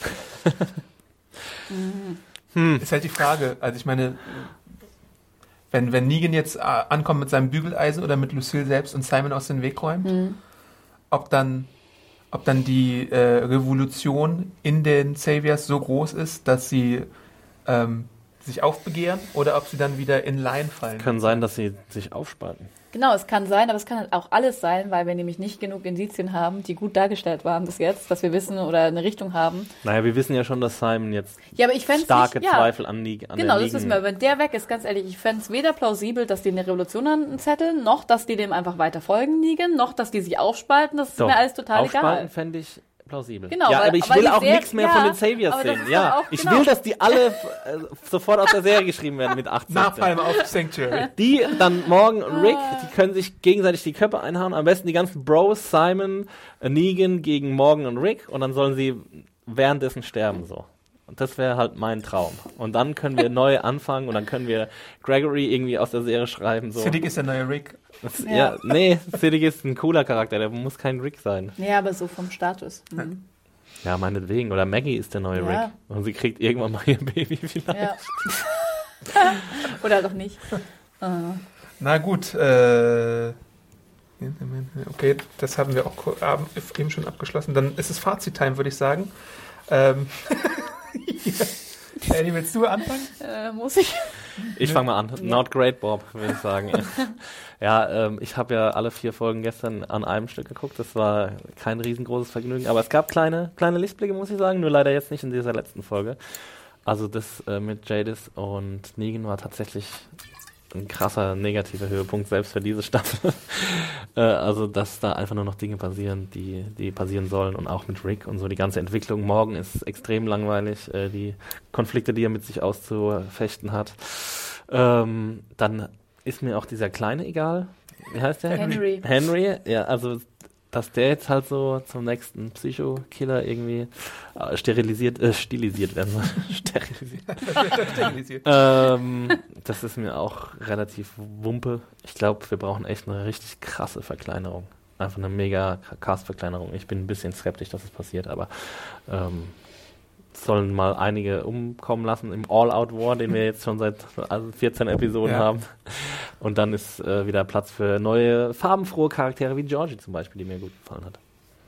S2: Ist halt die Frage. Also ich meine, wenn, wenn Negan jetzt äh, ankommt mit seinem Bügeleisen oder mit Lucille selbst und Simon aus dem Weg räumt, ob dann ob dann die äh, Revolution in den Saviors so groß ist, dass sie ähm, sich aufbegehren oder ob sie dann wieder in Line fallen.
S4: Kann sein, dass sie sich aufspalten.
S3: Genau, es kann sein, aber es kann halt auch alles sein, weil wir nämlich nicht genug Indizien haben, die gut dargestellt waren bis jetzt, dass wir wissen oder eine Richtung haben.
S4: Naja, wir wissen ja schon, dass Simon jetzt
S3: ja, aber ich
S4: starke
S3: nicht, ja,
S4: Zweifel an, die, an
S3: genau,
S4: der
S3: das wissen wir. Wenn der weg ist, ganz ehrlich, ich fände es weder plausibel, dass die eine Revolution anzetteln, noch, dass die dem einfach weiter folgen liegen, noch, dass die sich aufspalten. Das ist
S4: Doch,
S3: mir alles total egal.
S4: Aufspalten fände ich plausibel.
S3: Genau,
S4: ja,
S3: weil,
S4: aber ich
S3: weil
S4: will auch
S3: Serie,
S4: nichts mehr
S3: ja,
S4: von den Saviors
S3: aber das
S4: sehen.
S3: ist
S4: Ja,
S3: doch auch,
S4: ich
S3: genau.
S4: will, dass die alle äh, sofort aus der Serie geschrieben werden mit achtzehn.
S2: Napalm auf Sanctuary.
S4: Die dann Morgan und Rick, die können sich gegenseitig die Köpfe einhauen. Am besten die ganzen Bros, Simon, Negan gegen Morgan und Rick. Und dann sollen sie währenddessen sterben so. Und das wäre halt mein Traum. Und dann können wir neu anfangen und dann können wir Gregory irgendwie aus der Serie schreiben. So.
S2: Siddiq ist der neue Rick.
S4: Das, ja. ja, nee, Siddiq ist ein cooler Charakter, der muss kein Rick sein.
S3: Ja, aber so vom Status. Mhm.
S4: Ja, meinetwegen. Oder Maggie ist der neue
S3: Ja.
S4: Rick. Und sie kriegt irgendwann mal ihr Baby vielleicht.
S3: Ja. Oder doch nicht. Uh.
S2: Na gut, äh, okay, das haben wir auch eben schon abgeschlossen. Dann ist es Fazit-Time, würde ich sagen. Ähm, ja. Annie, willst du anfangen?
S3: Äh, muss ich?
S4: Ich fange mal an. Not great, Bob, würde ich sagen. ja, ähm, ich habe ja alle vier Folgen gestern an einem Stück geguckt. Das war kein riesengroßes Vergnügen. Aber es gab kleine, kleine Lichtblicke, muss ich sagen. Nur leider jetzt nicht in dieser letzten Folge. Also das äh, mit Jadis und Negan war tatsächlich ein krasser negativer Höhepunkt, selbst für diese Staffel. äh, also, dass da einfach nur noch Dinge passieren, die, die passieren sollen. Und auch mit Rick und so. Die ganze Entwicklung morgen ist extrem langweilig. Äh, die Konflikte, die er mit sich auszufechten hat. Ähm, dann ist mir auch dieser Kleine egal. Wie heißt der?
S3: Henry.
S4: Henry, ja, also dass der jetzt halt so zum nächsten Psycho-Killer irgendwie äh, sterilisiert, äh, stilisiert werden soll. Sterilisiert.
S2: Sterilisiert.
S4: ähm, das ist mir auch relativ wumpe. Ich glaube, wir brauchen echt eine richtig krasse Verkleinerung. Einfach eine mega Cast-Verkleinerung. Ich bin ein bisschen skeptisch, dass es passiert, aber ähm, sollen mal einige umkommen lassen im All-Out-War, den wir jetzt schon seit also vierzehn Episoden ja. haben. Und dann ist äh, wieder Platz für neue, farbenfrohe Charaktere wie Georgie zum Beispiel, die mir gut gefallen hat.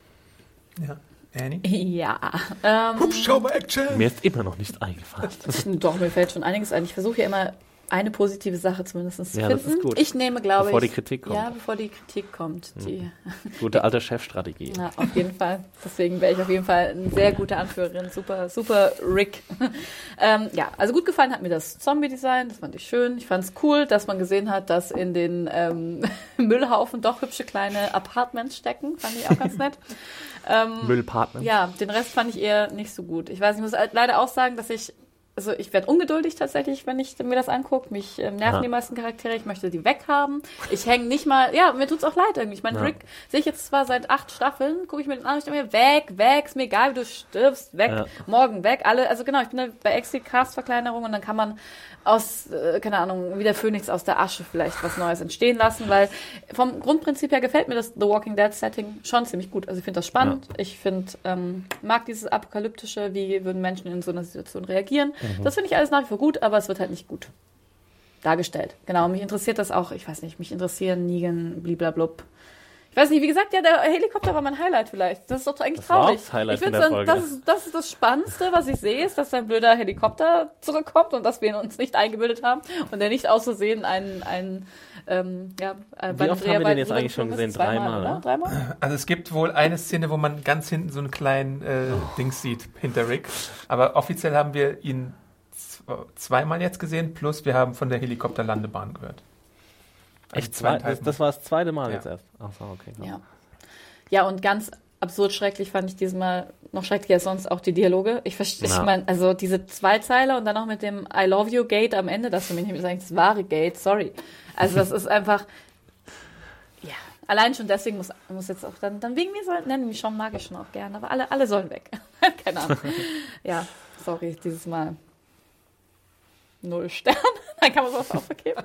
S2: Ja. Annie?
S3: Ja. Ähm,
S2: Hubschrauber-Action!
S4: Mir ist immer noch nichts eingefallen.
S3: Doch, mir fällt schon einiges ein. Ich versuche ja immer eine positive Sache zumindest zu
S4: ja,
S3: finden.
S4: Das ist gut.
S3: Ich nehme, glaube
S4: bevor
S3: ich...
S4: Bevor die Kritik kommt.
S3: Ja, bevor die Kritik kommt. Die
S4: mhm. Gute alte Chefstrategie.
S3: Ja, auf jeden Fall. Deswegen wäre ich auf jeden Fall eine sehr gute Anführerin. Super, super Rick. ähm, ja, also gut gefallen hat mir das Zombie-Design. Das fand ich schön. Ich fand es cool, dass man gesehen hat, dass in den ähm, Müllhaufen doch hübsche kleine Apartments stecken. Fand ich auch ganz nett. Ähm,
S4: Müllpartments?
S3: Ja, den Rest fand ich eher nicht so gut. Ich weiß, ich muss leider auch sagen, dass ich Also ich werde ungeduldig tatsächlich, wenn ich mir das angucke. Mich äh, nerven ja. die meisten Charaktere. Ich möchte die weghaben. Ich hänge nicht mal... Ja, mir tut's auch leid irgendwie. Ich meine, ja. Rick sehe ich jetzt zwar seit acht Staffeln, gucke ich mir den an, ich denke mir, weg, weg, ist mir egal, wie du stirbst, weg, ja. morgen weg. Alle, also genau, ich bin da bei Exit-Cast-Verkleinerung und dann kann man aus, äh, keine Ahnung, wie der Phönix aus der Asche vielleicht was Neues entstehen lassen, weil vom Grundprinzip her gefällt mir das The Walking Dead Setting schon ziemlich gut. Also ich finde das spannend. Ja. Ich finde, ähm, mag dieses Apokalyptische, wie würden Menschen in so einer Situation reagieren. Mhm. Das finde ich alles nach wie vor gut, aber es wird halt nicht gut dargestellt. Genau, mich interessiert das auch, ich weiß nicht, mich interessieren Negan, bliblablub. Ich weiß nicht, wie gesagt, ja, der Helikopter war mein Highlight vielleicht. Das ist doch eigentlich
S4: das
S3: traurig.
S4: War auch das Highlight
S3: ich finde,
S4: dann,
S3: das, ist, das ist das Spannendste, was ich sehe, ist, dass ein blöder Helikopter zurückkommt und dass wir ihn uns nicht eingebildet haben und der nicht aus Versehen einen, einen ähm, ja,
S4: Wie oft haben wir den jetzt eigentlich schon gesehen? Dreimal,
S3: oder? Dreimal?
S2: Also es gibt wohl eine Szene, wo man ganz hinten so einen kleinen äh, oh. Dings sieht, hinter Rick. Aber offiziell haben wir ihn zweimal jetzt gesehen, plus wir haben von der Helikopterlandebahn gehört.
S4: Echt zwei? Das, das war das zweite Mal
S2: ja.
S4: jetzt erst. Ach so, okay. Klar.
S3: Ja. ja, und ganz absurd schrecklich fand ich diesmal, noch schrecklicher als sonst, auch die Dialoge. Ich verstehe, ich meine, also diese Zweizeiler und dann noch mit dem I love you Gate am Ende, das für mich ist eigentlich das wahre Gate, sorry. Also das ist einfach, ja, allein schon deswegen muss, muss jetzt auch, dann, dann wegen mir soll, nennen mich schon, mag ich schon auch gerne, aber alle, alle sollen weg. Keine Ahnung. Ja, sorry, dieses Mal. Null Sterne. Dann kann man sowas auch vergeben.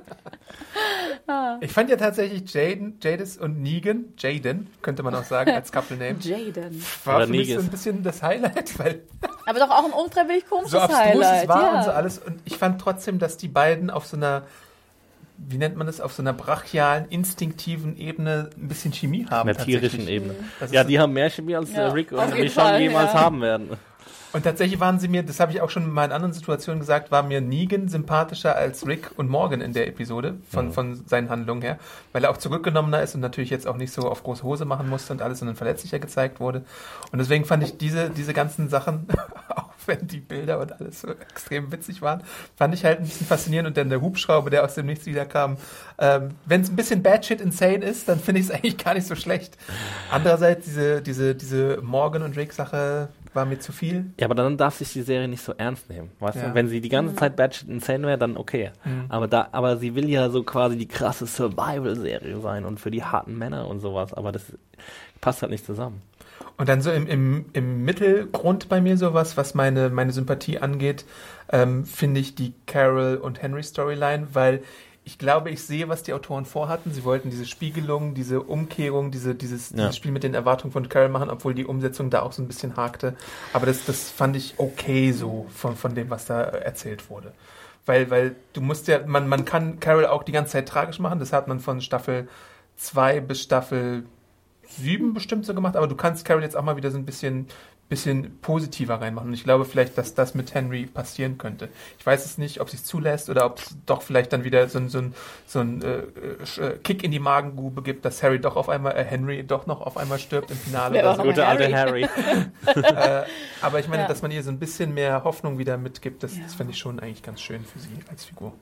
S2: ah. Ich fand ja tatsächlich Jaden, Jadis und Negan, Jaden, könnte man auch sagen, als Couple-Name.
S3: Jaden.
S2: War
S4: Oder
S2: für mich
S4: Negan.
S2: so ein bisschen das Highlight, weil...
S3: Aber doch auch ein unfreiwillig komisches
S2: so abstrus
S3: Highlight.
S2: es war
S3: ja.
S2: und so alles. Und ich fand trotzdem, dass die beiden auf so einer, wie nennt man das, auf so einer brachialen, instinktiven Ebene ein bisschen Chemie haben.
S4: Auf einer tierischen Ebene.
S2: Das
S4: Ja,
S2: ist
S4: die haben mehr Chemie als
S3: ja,
S4: Rick und
S3: Michonne
S4: jemals
S3: ja.
S4: haben werden.
S2: Und tatsächlich waren sie mir, das habe ich auch schon mal in anderen Situationen gesagt, war mir Negan sympathischer als Rick und Morgan in der Episode, von, mhm. von seinen Handlungen her, weil er auch zurückgenommener ist und natürlich jetzt auch nicht so auf große Hose machen musste und alles, sondern verletzlicher gezeigt wurde. Und deswegen fand ich diese, diese ganzen Sachen, auch wenn die Bilder und alles so extrem witzig waren, fand ich halt ein bisschen faszinierend. Und dann der Hubschrauber, der aus dem Nichts wieder kam. Ähm, wenn es ein bisschen bad shit insane ist, dann finde ich es eigentlich gar nicht so schlecht. Andererseits, diese, diese, diese Morgan und Rick-Sache war mir zu viel.
S4: Ja, aber dann darf sich die Serie nicht so ernst nehmen. Weißt
S2: Ja.
S4: du? Wenn sie die ganze Zeit bad shit insane wäre, dann okay.
S2: Mhm.
S4: Aber da, aber sie will ja so quasi die krasse Survival-Serie sein und für die harten Männer und sowas. Aber das passt halt nicht zusammen.
S2: Und dann so im, im, im Mittelgrund bei mir sowas, was meine, meine Sympathie angeht, ähm, finde ich die Carol und Henry Storyline, weil ich glaube, ich sehe, was die Autoren vorhatten. Sie wollten diese Spiegelung, diese Umkehrung, diese, dieses,
S4: Ja.
S2: dieses Spiel mit den Erwartungen von Carol machen, obwohl die Umsetzung da auch so ein bisschen hakte. Aber das, das fand ich okay so von, von dem, was da erzählt wurde. Weil, weil du musst ja, man, man kann Carol auch die ganze Zeit tragisch machen. Das hat man von Staffel zwei bis Staffel sieben bestimmt so gemacht. Aber du kannst Carol jetzt auch mal wieder so ein bisschen bisschen positiver reinmachen. Und ich glaube vielleicht, dass das mit Henry passieren könnte. Ich weiß es nicht, ob sie es zulässt oder ob es doch vielleicht dann wieder so ein, so ein, so ein äh, äh, Kick in die Magengrube gibt, dass Harry doch auf einmal, äh, Henry doch noch auf einmal stirbt im Finale.
S3: Wer
S2: Oder
S3: war
S2: so.
S3: noch
S4: Gute alte Harry.
S2: äh, aber ich meine,
S3: Ja.
S2: dass man ihr so ein bisschen mehr Hoffnung wieder mitgibt, das,
S3: Ja.
S2: das fände ich schon eigentlich ganz schön für sie als Figur.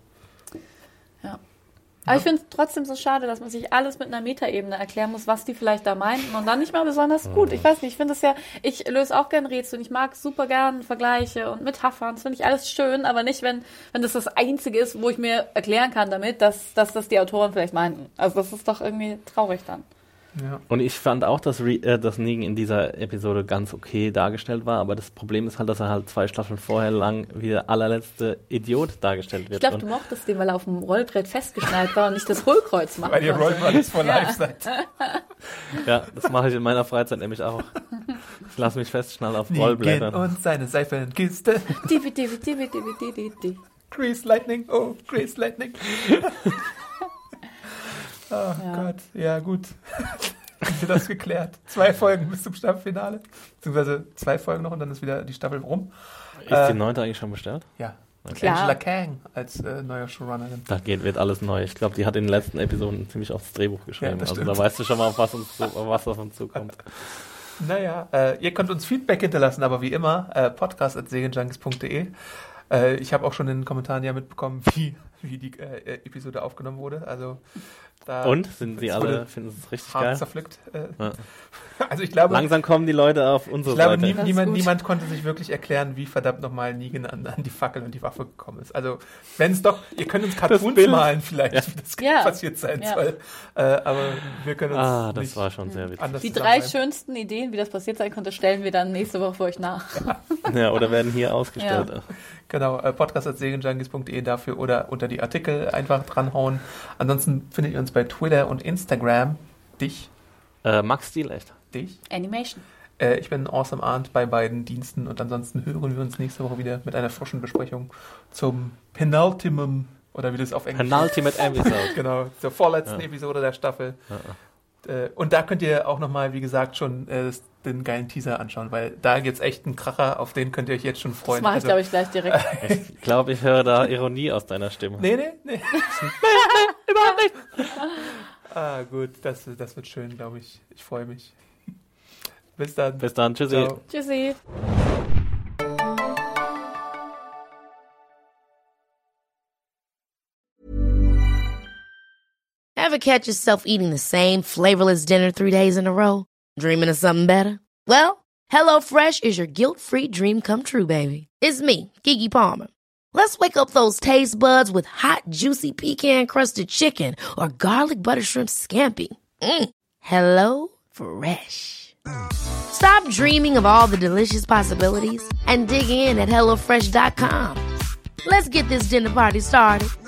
S3: Ja. Aber ich finde es trotzdem so schade, dass man sich alles mit einer Metaebene erklären muss, was die vielleicht da meinten und dann nicht mal besonders gut. Ich weiß nicht, ich finde es ja, ich löse auch gern Rätsel und ich mag super gern Vergleiche und Metaphern, das finde ich alles schön, aber nicht, wenn, wenn das das Einzige ist, wo ich mir erklären kann damit, dass, dass das die Autoren vielleicht meinten. Also das ist doch irgendwie traurig dann.
S2: Ja.
S4: Und ich fand auch, dass, Re- äh, dass Negan in dieser Episode ganz okay dargestellt war, aber das Problem ist halt, dass er halt zwei Staffeln vorher lang wie der allerletzte Idiot dargestellt
S3: Ich
S4: wird.
S3: glaube,
S4: Und-
S3: du mochtest den, weil er auf dem Rollbrett festgeschnallt war und nicht das Hohlkreuz machen
S2: Weil ihr
S3: konnte.
S2: Rollbrothers for
S3: Ja.
S2: Life seid.
S4: Ja, das mache ich in meiner Freizeit nämlich auch. Ich lasse mich festschnallen auf
S2: Negan
S4: Rollblättern.
S2: und seine Seifenkiste.
S3: Divi, divi, divi, divi, divi, divi.
S2: Grease Lightning, oh, Grease Lightning. Oh
S3: Ja.
S2: Gott, ja gut. Haben wir das geklärt. Zwei Folgen bis zum Staffelfinale. Beziehungsweise zwei Folgen noch und dann ist wieder die Staffel rum.
S4: Ist
S2: Äh,
S4: die neunte eigentlich schon bestellt?
S2: Ja. Und
S3: Klar.
S2: Angela Kang als äh, neuer Showrunnerin.
S4: Da geht, wird alles neu. Ich glaube, die hat in den letzten Episoden ziemlich aufs Drehbuch geschrieben.
S2: Ja, das
S4: also
S2: stimmt.
S4: da weißt du schon mal, auf was, uns zu, auf was auf uns zukommt.
S2: Naja, äh, ihr könnt uns Feedback hinterlassen, aber wie immer, äh, podcast at serienjunkies punkt de. Äh, ich habe auch schon in den Kommentaren ja mitbekommen, wie, wie die äh, Episode aufgenommen wurde. Also da
S4: Und? Sind sie
S2: es
S4: alle,
S2: wurde
S4: finden sie es richtig
S2: hart
S4: geil?
S2: zerpflückt. Äh,
S4: Ja.
S2: Also ich glaube,
S4: Langsam kommen die Leute auf unsere
S2: ich glaube
S4: Seite.
S2: nie,
S3: Das ist
S2: niemand,
S3: gut.
S2: niemand konnte sich wirklich erklären, wie verdammt nochmal Negan an, an die Fackel und die Waffe gekommen ist. Also wenn es doch, ihr könnt uns Cartoons
S4: Bild.
S2: malen vielleicht,
S4: Ja.
S2: wie das
S3: Ja.
S2: passiert sein
S3: Ja.
S2: soll. Äh, aber wir können uns
S4: Ah, das
S2: nicht
S4: war schon sehr witzig.
S2: anders
S3: Die drei
S2: zusammenreimen.
S3: schönsten Ideen, wie das passiert sein konnte, stellen wir dann nächste Woche für euch nach.
S4: Ja, oder werden hier ausgestellt.
S2: Genau, äh, podcast at serienjunkies punkt de dafür oder unter die Artikel einfach dranhauen. Ansonsten findet ihr uns bei Twitter und Instagram. Dich,
S4: Äh, Max Steel, echt.
S2: dich.
S3: Animation.
S2: Äh, ich bin Awesome Arndt bei beiden Diensten und ansonsten hören wir uns nächste Woche wieder mit einer frischen Besprechung zum Penultimum oder wie das auf Englisch
S4: Penultimate Episode.
S2: Genau, zur vorletzten
S4: Ja.
S2: Episode der Staffel.
S4: Ja.
S2: Äh, und da könnt ihr auch nochmal, wie gesagt, schon äh, den geilen Teaser anschauen, weil da gibt's echt einen Kracher, auf den könnt ihr euch jetzt schon
S3: Das
S2: freuen.
S3: mache ich,
S2: Also-
S3: glaube ich, gleich direkt.
S4: Ich glaube, ich höre da Ironie aus deiner Stimme.
S2: Nee, nee, nee.
S4: Überhaupt nicht.
S2: Ah, gut, das, das wird schön, glaube ich. Ich freue mich. Bis dann.
S4: Bis dann, tschüssi.
S2: Ciao.
S3: Tschüssi.
S6: Ever catch yourself eating the same flavorless dinner three days in a row? Dreaming of something better? Well, HelloFresh is your guilt-free dream come true, baby. It's me, Keke Palmer. Let's wake up those taste buds with hot, juicy pecan-crusted chicken or garlic butter shrimp scampi. Mm. Hello Fresh. Stop dreaming of all the delicious possibilities and dig in at hello fresh dot com. Let's get this dinner party started.